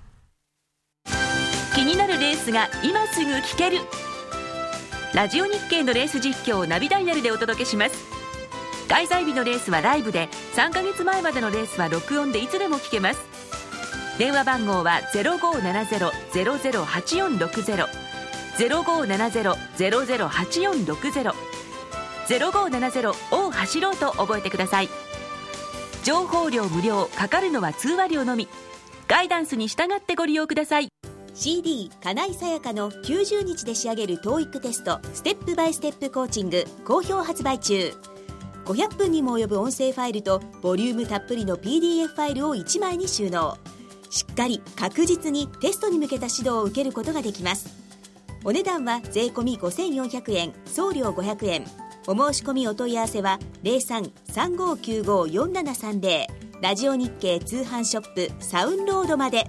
気になるレースが今すぐ聞けるラジオ日経のレース実況をナビダイヤルでお届けします。開催日のレースはライブで、さんかげつまえまでのレースは録音でいつでも聞けます。電話番号は ゼロごーななゼロ ゼロゼロはちよんろくゼロ ゼロごーななゼロ ゼロゼロはちよんろくゼロ ゼロごーななゼロを走ろうと覚えてください。情報料無料、かかるのは通話料のみ。ガイダンスに従ってご利用ください。 シーディー 金井さやかのきゅうじゅうにちで仕上げる トーイック テストステップバイステップコーチング好評発売中。ごひゃっぷんにも及ぶ音声ファイルとボリュームたっぷりの ピーディーエフ ファイルをいちまいに収納。しっかり確実にテストに向けた指導を受けることができます。お値段は税込みごせんよんひゃくえん、送料ごひゃくえん。お申し込みお問い合わせは ゼロさん さんごきゅうご よんななさんゼロ ラジオ日経通販ショップサウンロードまで。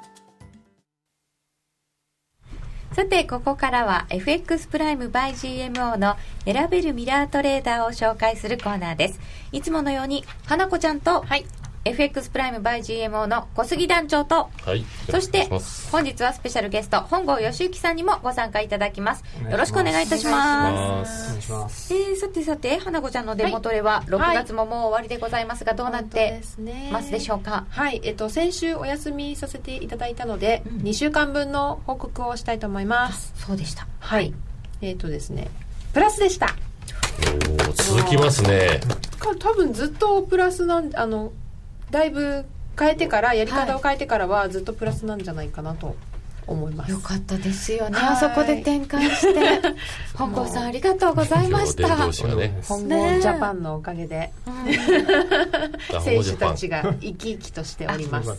さてここからは エフエックス プライム by ジーエムオー の選べるミラートレーダーを紹介するコーナーです。いつものように花子ちゃんと、はい、エフエックス プライム by ジーエムオー の小杉団長と、 はい、 そして本日はスペシャルゲスト本郷義行さんにもご参加いただきます。よろしくお願いいたします。 お願いします。 えー、さてさて花子ちゃんのデモトレはろくがつももう終わりでございますが、どうなってますでしょうか。 はい、えっと、先週お休みさせていただいたので、うん、にしゅうかんぶんの報告をしたいと思います。 そうでした。 はい、えっとですねプラスでした。 お続きますね。 多分ずっとプラスなんあのだいぶ変えてからやり方を変えてからはずっとプラスなんじゃないかなと思います。 よかったですよね、あそこで転換して本郷さんありがとうございました。 伝道師がね、 本郷ジャパンのおかげで、うん、選手たちが生き生きとしております。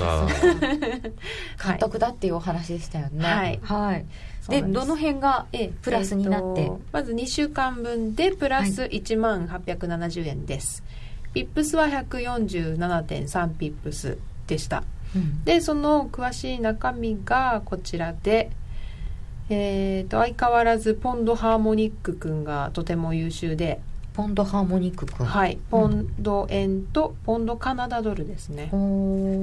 監督だっていうお話でしたよね。 はい、 はい、でどの辺がプラスになって、えー、 まずにしゅうかんぶんでプラスいちまんはっぴゃくななじゅうえんです、はい、ピップスは ひゃくよんじゅうななてんさん ピップスでした、うん、でその詳しい中身がこちらで、えー、と相変わらずポンドハーモニックくんがとても優秀で、 ポンドハーモニックくん、 はい、ポンド円とポンドカナダドルですね、うん、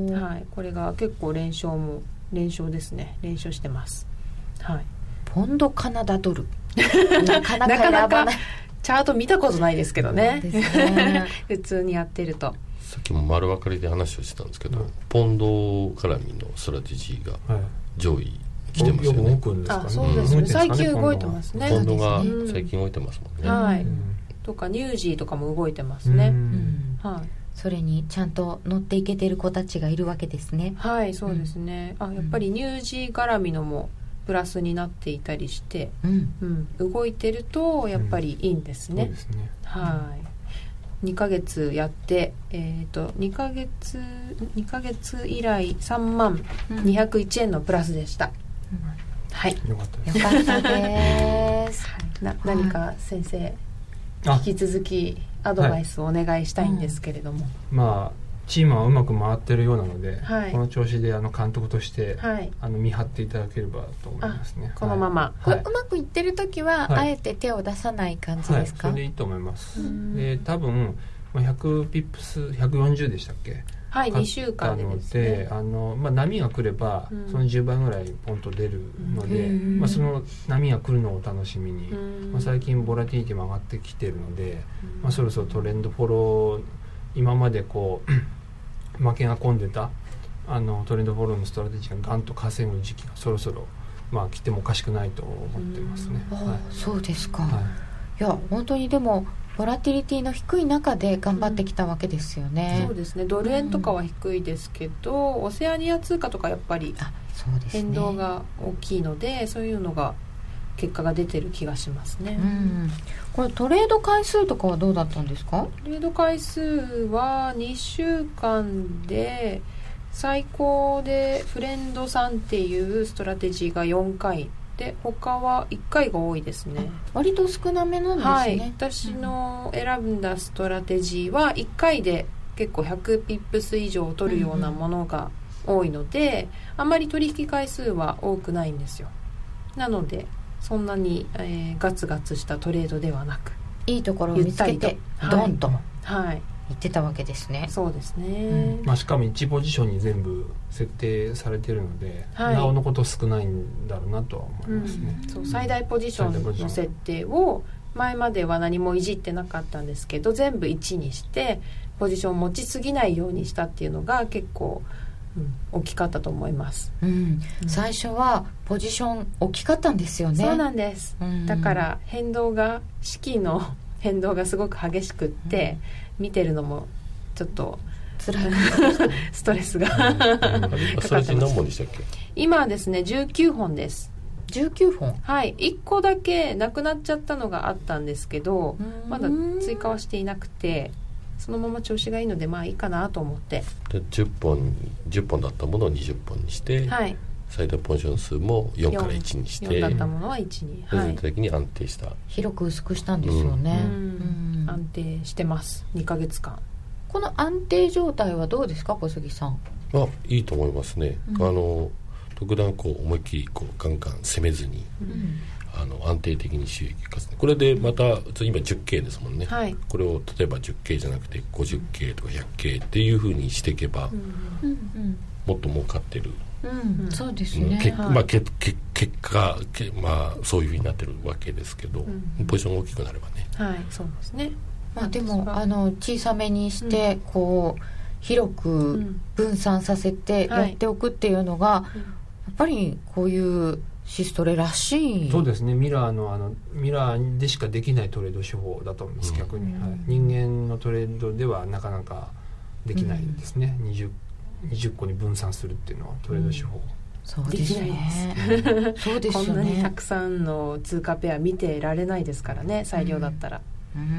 はい、これが結構連勝も連勝ですね、連勝してます、はい、 ポンドカナダドルなかなか選ばないチャート見たことないですけどね、 ですね普通にやってると。 さっきも丸分かりで話をしてたんですけど、うん、ポンド絡みのストラテジーが上位来てますよね、はい、よく動くんですかね。 あ、そうですね、うん、最近動いてますね。 ポンドが最近動いてますもんね、 うん、はい、とかニュージーとかも動いてますね、うんはい、それにちゃんと乗っていけてる子たちがいるわけですね。 はい、そうですね、うん、あ、やっぱりニュージー絡みのもプラスになっていたりして、うんうん、動いてるとやっぱりいいんですね、うん、そうですね、はい、にかげつやって、えー、と2ヶ月にかげつ以来さんまんにひゃくいちえんのプラスでした、うん、はい、 よかったです。よかったです、 はい、な何か先生引き続きアドバイスをお願いしたいんですけれども、はい、 まあチームはうまく回ってるようなので、 はい、 この調子であの監督として、はい、あの見張っていただければと思いますね。 このまま、 はい、これうまくいってる時は、はい、あえて手を出さない感じですか。 はい、それでいいと思います。で多分ひゃくピップスひゃくよんじゅうでしたっけ。 はい、にしゅうかんでですね、 あの、まあ、波が来れば、うん、そのじゅうばいぐらいポンと出るので、うんまあ、その波が来るのをお楽しみに、うんまあ、最近ボラティリティも上がってきてるので、うんまあ、そろそろトレンドフォロー、今までこう負けが込んでたあのトレンドフォローのストラテジーがガンと稼ぐ時期がそろそろ、まあ、来てもおかしくないと思ってますね。 はい、そうですか、 はい、 いや本当にでもボラティリティの低い中で頑張ってきたわけですよね、 うん、そうですね。ドル円とかは低いですけど、うん、オセアニア通貨とかやっぱり変動が大きいので、そういうのが結果が出てる気がしますね、うん、 これトレード回数とかはどうだったんですか？ トレード回数はにしゅうかんで最高でフレンドさんっていうストラテジーがよんかいで、他はいっかいが多いですね。 割と少なめなんですね。 はい、私の選んだストラテジーはいっかいで結構ひゃくピップス以上取るようなものが多いので、うんうん、あまり取引回数は多くないんですよ。なのでそんなに、えー、ガツガツしたトレードではなく、 いいところを見つけてドンと、 はい、 言ってたわけですね。 そうですね、 うん、まあ、しかもいちポジションに全部設定されているので、はい、なおのこと少ないんだろうなとは思いますね、 うん、そう最大ポジションの設定を前までは何もいじってなかったんですけど、全部いちにしてポジションを持ちすぎないようにしたっていうのが結構、うん、大きかったと思います、 うんうん、最初はポジション大きかったんですよね。 そうなんです、うん、だから変動が資金の変動がすごく激しくって、うん、見てるのもちょっと辛いストレスがそれで何本でしたっけ？ 今はですねじゅうきゅうほんです。 じゅうきゅうほん、 はい、いっこだけなくなっちゃったのがあったんですけど、まだ追加はしていなくて、そのまま調子がいいのでまあいいかなと思って、 でじゅっぽんじゅっぽんだったものをにじゅっぽんにして、はい、最大ポジション数もよんからいちにして、 よんだったものはいちに、 はい、全体的に安定した、 広く薄くしたんですよね、うんうん、安定してますにかげつかん。 この安定状態はどうですか小杉さん？ あ、いいと思いますね、うん、あの特段こう思いっきりこうガンガン攻めずに、うん、あの安定的に収益化する。これでまた今 じゅっケー ですもんね、はい、これを例えば じゅっケー じゃなくて ごじゅっケー とか ひゃくケー っていう風にしていけば、うん、もっと儲かってる、 うん、そうですね、 けまあ、けけ結果け、まあ、そういう風になってるわけですけど、うん、ポジションが大きくなればね、 はい、そうですね。 まあ、でもあの小さめにして、うん、こう広く分散させてやっておくっていうのが、うんはい、やっぱりこういうシストレらしい。 そうですね。ミラーのあのミラーでしかできないトレード手法だと思います、うん、逆に、はい、人間のトレードではなかなかできないですね、うん、にじゅう, にじゅっこに分散するっていうのはトレード手法、うん、 そうですねそうですよね。 こんなにたくさんの通貨ペア見てられないですからね、裁量だったら、うんうん、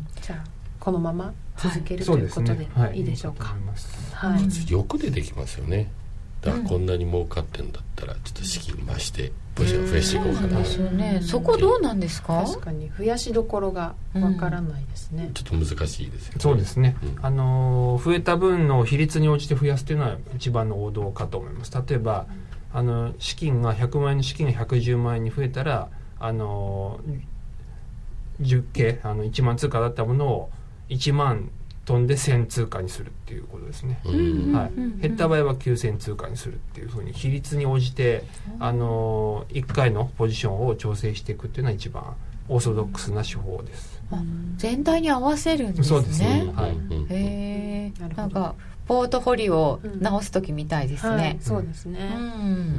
じゃあこのまま続ける、はい、ということでいいでしょうか。 はい、欲でできますよね。だからこんなに儲かってんだったらちょっと資金増してポジション増やしていこうかな、うん、ですよね。そこどうなんですか？ 確かに増やしどころがわからないですね、 うん、ちょっと難しいですよね。 そうですね、うん、あの増えた分の比率に応じて増やすというのは一番の王道かと思います。例えば、うん、あの資金がひゃくまん円の資金がひゃくじゅうまんえんに増えたらあのじゅっケーあのいちまん通貨だったものをいちまん飛んでせん通貨にするっていうことですね、うんはい、減った場合はきゅうせん通貨にするっていうふうに比率に応じて、あのいっかいのポジションを調整していくっていうのは一番オーソドックスな手法です。 あ、全体に合わせるんですね。 そうですね、はい、 へー、なんかポートフォリオを直す時みたいですね、うんはい、 そうですね、うん、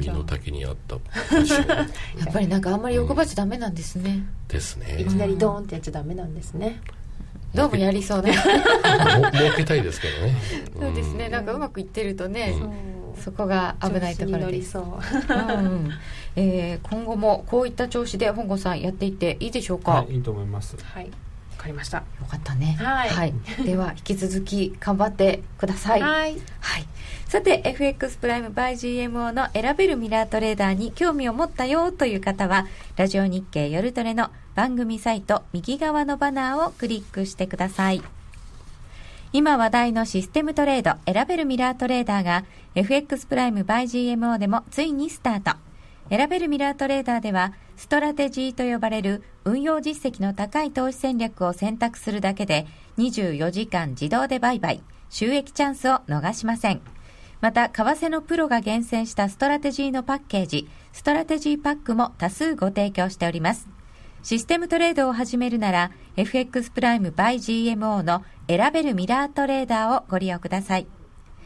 身の丈に合ったポジションやっぱりなんかあんまり欲張っちゃダメなんですね、うん、 ですね。 いきなりドーンってやっちゃダメなんですね。 どうもやりそうな儲けたいですけどねそうですね、なんかうまくいってるとね、うん、そこが危ないところです。 そう、 うんえー、今後もこういった調子で本郷さんやっていっていいでしょうか？ はい、いいと思います。 はい、わかりました。よかったね、 はい、 はい、では引き続き頑張ってください。 はい、 はい、さて エフエックス プライム by ジーエムオー の選べるミラートレーダーに興味を持ったよという方はラジオ日経夜トレの番組サイト右側のバナーをクリックしてください。今話題のシステムトレード選べるミラートレーダーが エフエックス プライム by ジーエムオー でもついにスタート。選べるミラートレーダーではストラテジーと呼ばれる運用実績の高い投資戦略を選択するだけでにじゅうよじかん自動で売買、収益チャンスを逃しません。また為替のプロが厳選したストラテジーのパッケージストラテジーパックも多数ご提供しております。システムトレードを始めるなら エフエックス プライム by ジーエムオー の選べるミラートレーダーをご利用ください。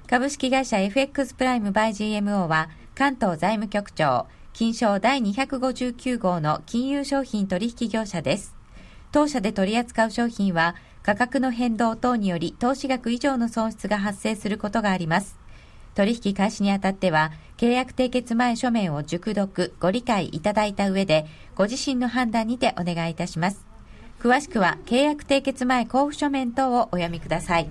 株式会社 エフエックス プライム by ジーエムオー は関東財務局長金商第にひゃくごじゅうきゅう号の金融商品取引業者です。当社で取り扱う商品は価格の変動等により投資額以上の損失が発生することがあります。取引開始にあたっては契約締結前書面を熟読ご理解いただいた上でご自身の判断にてお願いいたします。詳しくは契約締結前交付書面等をお読みください。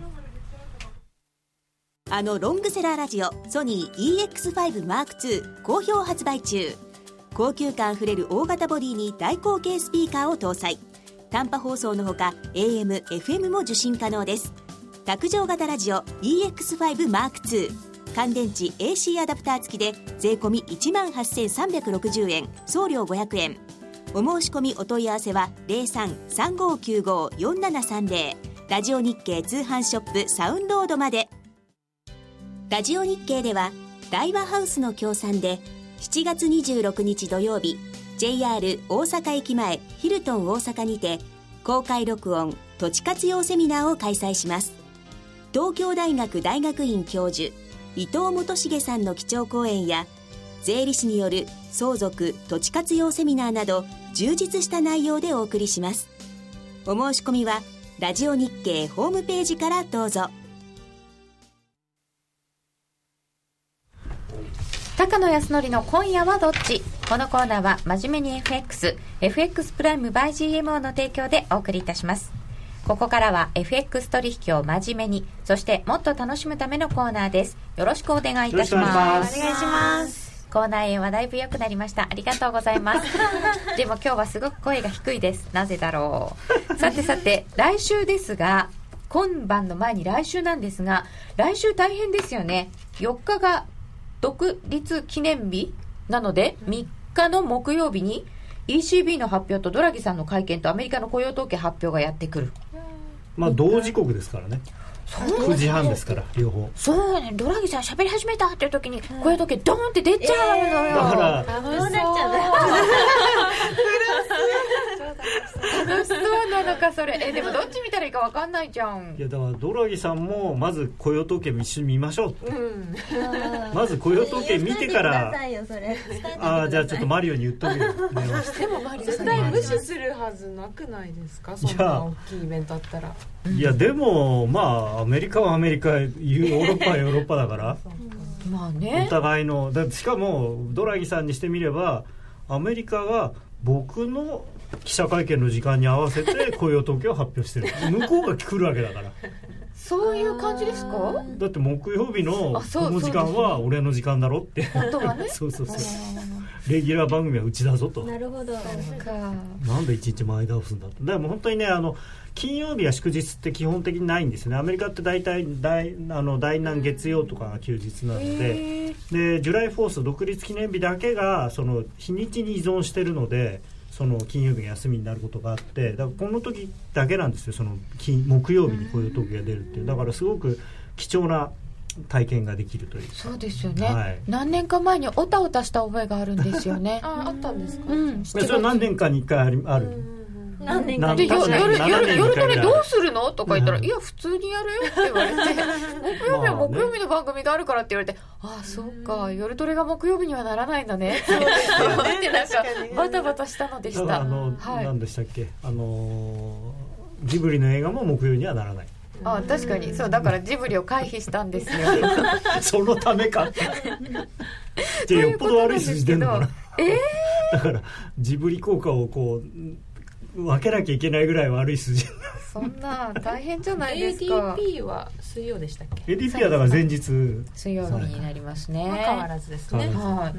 あのロングセラーラジオソニー イーエックスファイブマークツー 好評発売中。高級感あふれる大型ボディに大口径スピーカーを搭載。短波放送のほか エーエム、エフエム も受信可能です。卓上型ラジオ イーエックスファイブマークツー 乾電池 エーシー アダプター付きで税込み いちまんはっせんさんびゃくろくじゅうえん、送料ごひゃくえん。お申し込みお問い合わせは ゼロさん さんごきゅうご よんななさんゼロ ラジオ日経通販ショップサウンロードまで。ラジオ日経では大和ハウスの協賛でしちがつにじゅうろくにち土曜日 ジェイアール 大阪駅前ヒルトン大阪にて公開録音土地活用セミナーを開催します。東京大学大学院教授伊藤元重さんの基調講演や税理士による相続土地活用セミナーなど充実した内容でお送りします。お申し込みはラジオ日経ホームページからどうぞ。 高野康則の今夜はどっち。このコーナーは真面目に エフエックス エフエックス プライム by ジーエムオー の提供でお送りいたします。ここからは エフエックス 取引を真面目に、そしてもっと楽しむためのコーナーです。よろしくお願いいたします。 お願いします。 口内炎はだいぶ良くなりました。ありがとうございますでも今日はすごく声が低いです。なぜだろう。さてさて来週ですが、今晩の前に来週なんですが、来週大変ですよね。よっかが独立記念日なのでみっかの木曜日に イーシービー の発表とドラギさんの会見とアメリカの雇用統計発表がやってくる。 まあ同時刻ですからね。くじはんですから両方。 そうね。ドラギさん喋り始めたっていう時に雇用統計ドーンって出ちゃうのよ、 えー、だから楽しそう楽しそうなのかそれ。えでもどっち見たらいいか分かんないじゃん。 いやだからドラギさんもまず雇用統計も一緒に見ましょうって、うん、まず雇用統計見てからああじゃあちょっとマリオに言っとくよでもマリオ絶対無視するはずなくないですか、そんな大きいイベントあったら。 いやでもまあアメリカはアメリカ、ヨーロッパはヨーロッパだからまあね、 お互いのだしかもドラギさんにしてみればアメリカは僕の記者会見の時間に合わせて雇用統計を発表してる向こうが来るわけだからそういう感じですか。 だって木曜日のこの時間は俺の時間だろって本当はねそうそうそうレギュラー番組はうちだぞと。 なるほど。 なんでいちにち前倒すんだと。だからもう本当にねあの金曜日は祝日って基本的にないんですよね。アメリカって大体大あの第何月曜とかが休日なので、でジュライフォース独立記念日だけがその日にちに依存してるので、その金曜日が休みになることがあって、だからこの時だけなんですよ、その金木曜日に雇用統計が出るっていう。だからすごく貴重な体験ができるという。 そうですよね、 はい、 何年か前におたおたした覚えがあるんですよねあ, あったんですか、 うん、 それは何年かにいっかいある、ある何年かで夜夜夜トレどうするのとか言ったら、 うん、 いや普通にやるよって言われて木曜日は木曜日の番組があるからって言われて、まあね、ああそうか夜トレが木曜日にはならないんだねってなんかバタバタしたのでした。 あの、はい、何でしたっけ、あのジブリの映画も木曜にはならない。 ああ確かにそう、だからジブリを回避したんですよそのためかじゃあよっぽど悪い数字出んのかな、 えー、 だからジブリ効果をこう分けなきゃいけないぐらい悪い数字そんな大変じゃないですか。 エーディーピー は水曜でしたっけ。 エーディーピー はだから前日水曜日になりますね、 まあ、変わらずですね、 はい、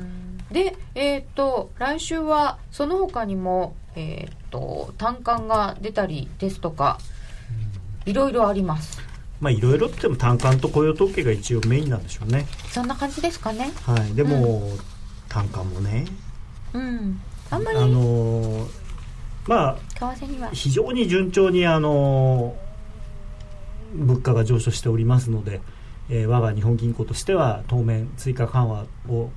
で、えー、っと来週はその他にも、えー、っと単館が出たりですとかいろいろあります。 まあいろいろっても単館と雇用統計が一応メインなんでしょうね。 そんな感じですかね。 はい。でも、うん、単館もね、 うん、あんまりあのまあ為替には非常に順調にあの物価が上昇しておりますので、えー、我が日本銀行としては当面追加緩和を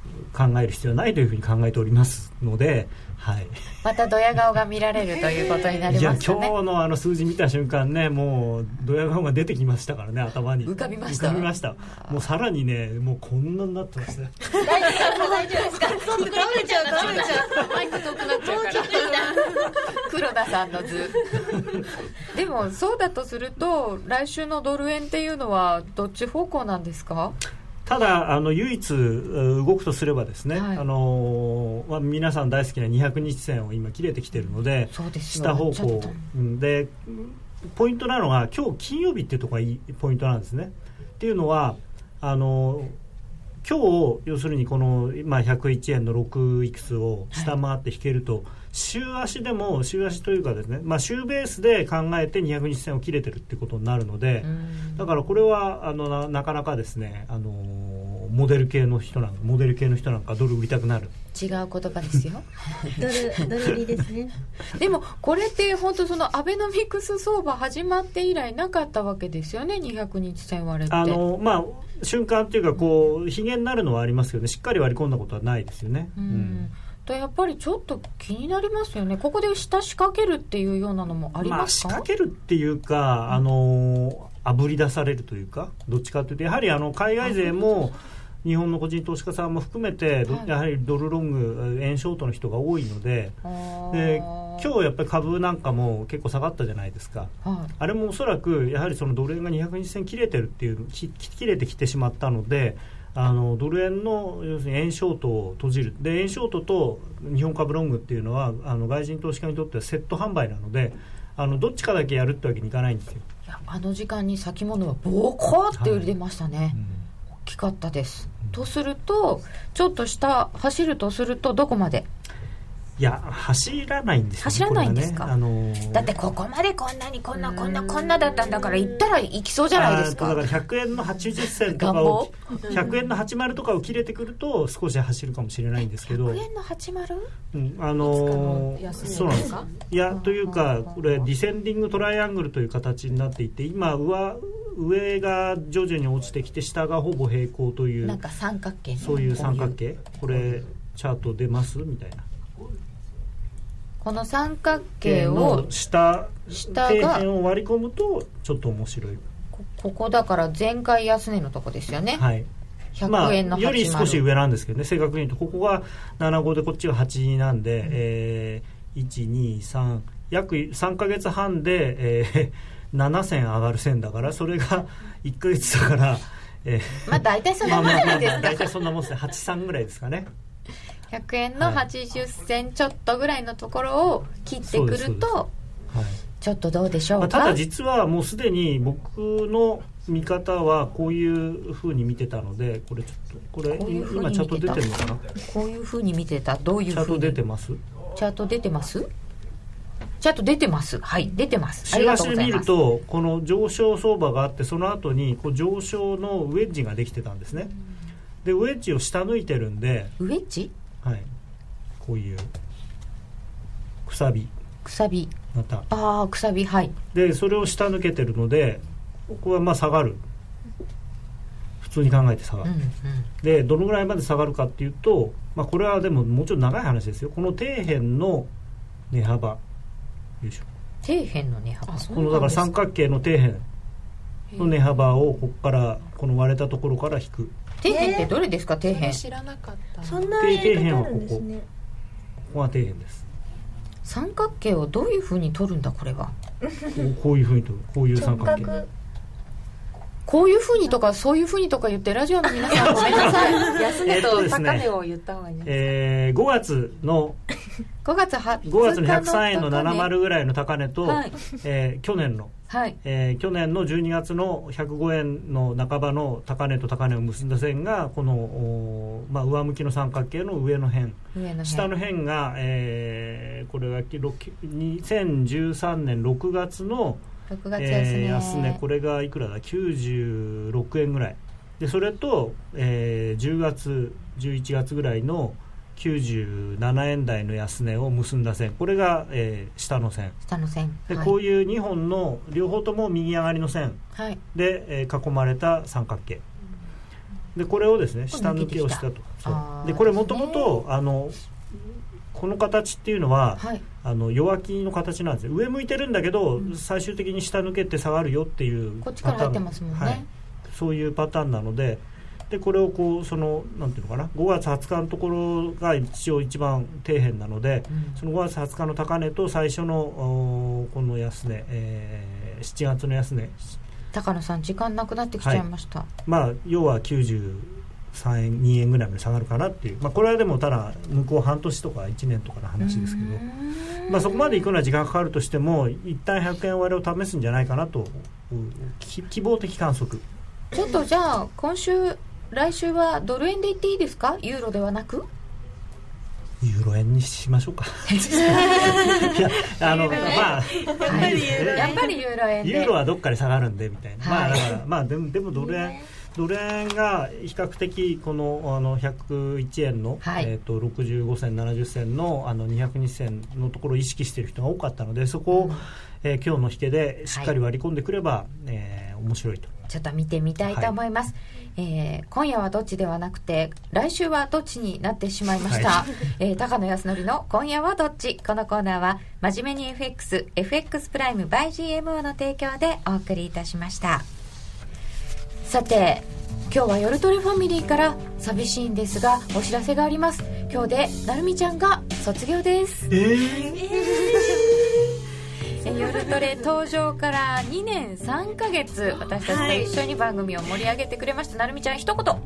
考える必要はないというふうに考えておりますので、はい、 またドヤ顔が見られるということになりますよね。 いや今日のあの数字見た瞬間ね、もうドヤ顔が出てきましたからね、頭に浮かびました。 浮かびました。もうさらにね、もうこんなになってますね。 大丈夫大丈夫ですか。倒れちゃう倒れちゃう。マイク遠くなっちゃうから。黒田さんの図。でもそうだとすると来週のドル円っていうのはどっち方向なんですか。 ただあの唯一動くとすればですね、はい、あのまあ、皆さん大好きなにひゃくにち線を今切れてきているので、下方向でポイントなのが今日金曜日っていうところがいいポイントなんですね。っていうのはあの今日要するにこの、まあ、ひゃくいちえんのろくいくつを下回って引けると、はい、週足でも週足というかですね、まあ、週ベースで考えてにひゃくにち線を切れてるってことになるので、だからこれはあの な, なかなかですね、あのモデル系の人なんかモデル系の人なんかドル売りたくなる。 違う言葉ですよ。 ドルドル売りですね。 でもこれって本当そのアベノミクス相場始まって以来なかったわけですよね、にひゃくにち線割れって。 あのまあ瞬間っていうかこうひげになるのはありますけどね、しっかり割り込んだことはないですよね。 うん、うんとやっぱりちょっと気になりますよね。ここで下仕掛けるっていうようなのもありますか。 まあ、仕掛けるっていうか、あのあぶり出されるというか、どっちかというとやはりあの海外勢も日本の個人投資家さんも含めて、はい、やはりドルロング円ショートの人が多いので、で今日やっぱり株なんかも結構下がったじゃないですか、はい、あれもおそらくやはりそのドル円がにひゃくにち線切れてるっていうき切れてきてしまったので、あのドル円の要するに円ショートを閉じる。で円ショートと日本株ロングっていうのはあの外人投資家にとってはセット販売なので、あのどっちかだけやるってわけにいかないんですよ。 いやあの時間に先物はボコって売り出ましたね、はい、うん、大きかったです、うん、とするとちょっと下走るとするとどこまで。 いや走らないんですよ、ね、 走らないんですか、 ね、あのー、 だってここまでこんなにこんなこんなこんなだったんだから行ったら行きそうじゃないですか。 だからひゃくえんのはちじゅっ銭とかをひゃくえんのはちじゅうとかを切れてくると少し走るかもしれないんですけど、 ひゃくえんのはちじゅう、 うん、あのー、そうなんですか。いやというかこれディセンディングトライアングルという形になっていて、今上上が徐々に落ちてきて下がほぼ平行というなんか三角形、ね、 そういう三角形、これチャート出ますみたいな。 この三角形を下底辺を割り込むとちょっと面白い。 こ, ここだから前回安値のとこですよね、 はい、 ひゃくえんのはちじゅう、 まあ、より少し上なんですけどね、正確に言うとここがななじゅうごでこっちがはちじゅうなんで、うん、えー、いちにさん約さんかげつはんで、えー、なな銭上がる線だから、それがいっかげつだから、 えー、まあ大体そんなもんじゃないですか。 大体そんなもんですね。はちじゅうさんぐらいですかね。 ひゃくえんのはちじゅっ銭ちょっとぐらいのところを切ってくると、はい、ちょっとどうでしょうか。 ただ実はもうすでに僕の見方はこういう風に見てたので、これちょっとこれ今チャート出てるのかな。 こういう風に見てた。どういう風に。 チャート出てます。 チャート出てますチャート出てます。はい、出てます。 週足で見るとこの上昇相場があって、その後にこう上昇のウェッジができてたんですね。でウェッジを下抜いてるんで、 ウェッジ、 はい、こういうくさびくさびまたああくさび、はい、 でそれを下抜けてるので、ここはまあ下がる、普通に考えて下がる、うんうん、でどのぐらいまで下がるかっていうと、まあ、これはでももうちょっと長い話ですよ。この底辺の値幅、よいしょ、 底辺の値幅、 このだから三角形の底辺の値幅をここからこの割れたところから引く。 底辺ってどれですか。底辺知らなかった。 そんなやり方あるんですね。 ここが底辺です。 三角形をどういう風に取るんだこれは。 こう、こういう風に取る、こういう三角形。 こういう風にとかそういう風にとか言ってラジオの皆さんごめんなさい。安値と高値を言った方がいいんですか。 えー、ごがつのごがつはごがつのひゃくさんえんのななじゅうぐらいの高値と、はい、えー、去年の、 はい、 えー、去年のじゅうにがつのひゃくごえんの半ばの高値と高値を結んだ線がこの、まあ、上向きの三角形の上の辺、 上の辺下の辺が、えー、これがにせんじゅうさんねんろくがつのろくがつ安値、 えー、安値、これがいくらだ、きゅうじゅうろくえんぐらいで、それと、えー、じゅうがつじゅういちがつぐらいのきゅうじゅうななえん台の安値を結んだ線、これが、えー、下の線、 下の線で、 はい、 こういうにほんの両方とも右上がりの線で、 はい、 えー、囲まれた三角形でこれをですね下抜きをしたと。そうでこれもともとあのこの形っていうのは、はい、あの弱気の形なんですよ。上向いてるんだけど、うん、最終的に下抜けて下がるよっていうこっちから入ってますもんね、はい、 そういうパターンなので、でこれをこうそのなんていうのかな、ごがつはつかのところが一応一番底辺なので、うん、そのごがつはつかの高値と最初のこの安値、えー、しちがつの安値、 高野さん時間なくなってきちゃいました、はい、 まあ要はきゅうじゅうさんえんにえんぐらいまで下がるかなっていう、まあ、これはでもただ向こう半年とかいちねんとかの話ですけど、まあ、そこまで行くのは時間かかるとしても一旦ひゃくえん割れを試すんじゃないかなと、希望的観測。 ちょっとじゃあ今週来週はドル円で言っていいですか、ユーロではなくユーロ円にしましょうかいやあのまあやっぱりユーロ円で、 ユーロはどっかで下がるんでみたいな、はい、まあだからまあでもでもドル円ドル円が比較的このあのひゃくいちえんの、はい、えー、とろくじゅうごせんななじゅっせんのあのにひゃくにせんのところを意識している人が多かったので、そこを、うん、えー、今日の引けでしっかり割り込んでくれば、はい、えー、面白いと。 ちょっと見てみたいと思います、はい、えー、今夜はどっちではなくて来週はどっちになってしまいました、はい、えー、高野康則の今夜はどっち。このコーナーは真面目に エフエックス エフエックス プライム by ジーエムオー の提供でお送りいたしました。さて今日は夜トレファミリーから寂しいんですがお知らせがあります。今日でなるみちゃんが卒業です。えー、夜トレ登場からにねんさんかげつ私たちと一緒に番組を盛り上げてくれました、はい、なるみちゃん一言。 はい、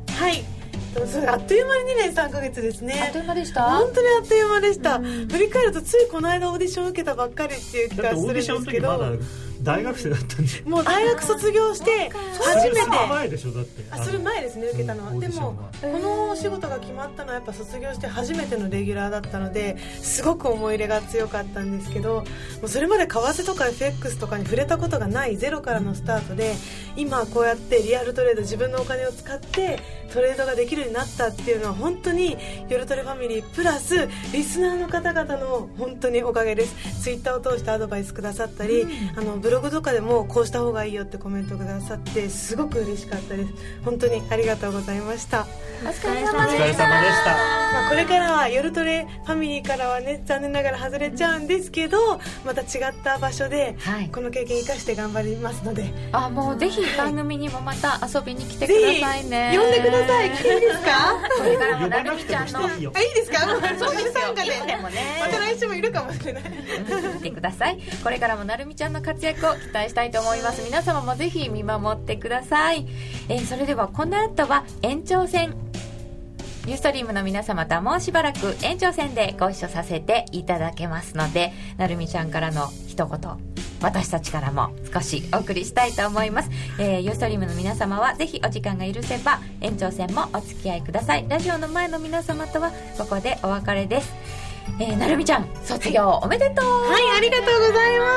それあっという間ににねんさんかげつですね。 あっという間でした。 本当にあっという間でした。振り返るとついこの間オーディション受けたばっかりっていう気がするんですけど、 大学生だったんで、 もう大学卒業して初めて。 それ前でしょだって。 あ、それ前ですね、受けたのは、うん、でもこのお仕事が決まったのはやっぱ卒業して初めてのレギュラーだったのですごく思い入れが強かったんですけど、もうそれまで為替とか エフエックス とかに触れたことがないゼロからのスタートで、今こうやってリアルトレード自分のお金を使ってトレードができるようになったっていうのは本当に夜トレファミリープラスリスナーの方々の本当におかげです。ツイッターを通してアドバイスくださったり、うん、あのブログとかでもこうした方がいいよってコメントくださってすごく嬉しかったです。本当にありがとうございました。 お疲れ様でした。 お疲れ様でした。 まあ、これからは夜トレファミリーからはね残念ながら外れちゃうんですけど、また違った場所でこの経験生かして頑張りますので、はい、 あもうぜひ番組にもまた遊びに来てくださいね。 呼んでください。来ていいですか？ これからもなるみちゃんのあいいですか？そうですよ。 いつでもね。 また来週もいるかもしれない。 見てください。これからもなるみちゃんの活躍を期待したいと思います。皆様もぜひ見守ってください。えー、それではこの後は延長戦。ユーストリームの皆様とはもうしばらく延長戦でご一緒させていただけますので、なるみちゃんからの一言、私たちからも少しお送りしたいと思います。えー、ユーストリームの皆様はぜひお時間が許せば延長戦もお付き合いください。ラジオの前の皆様とはここでお別れです。えー、なるみちゃん卒業おめでとう。 はい、ありがとうございます。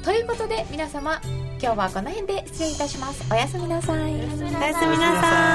ということで皆様今日はこの辺で失礼いたします。おやすみなさい。 おやすみなさい。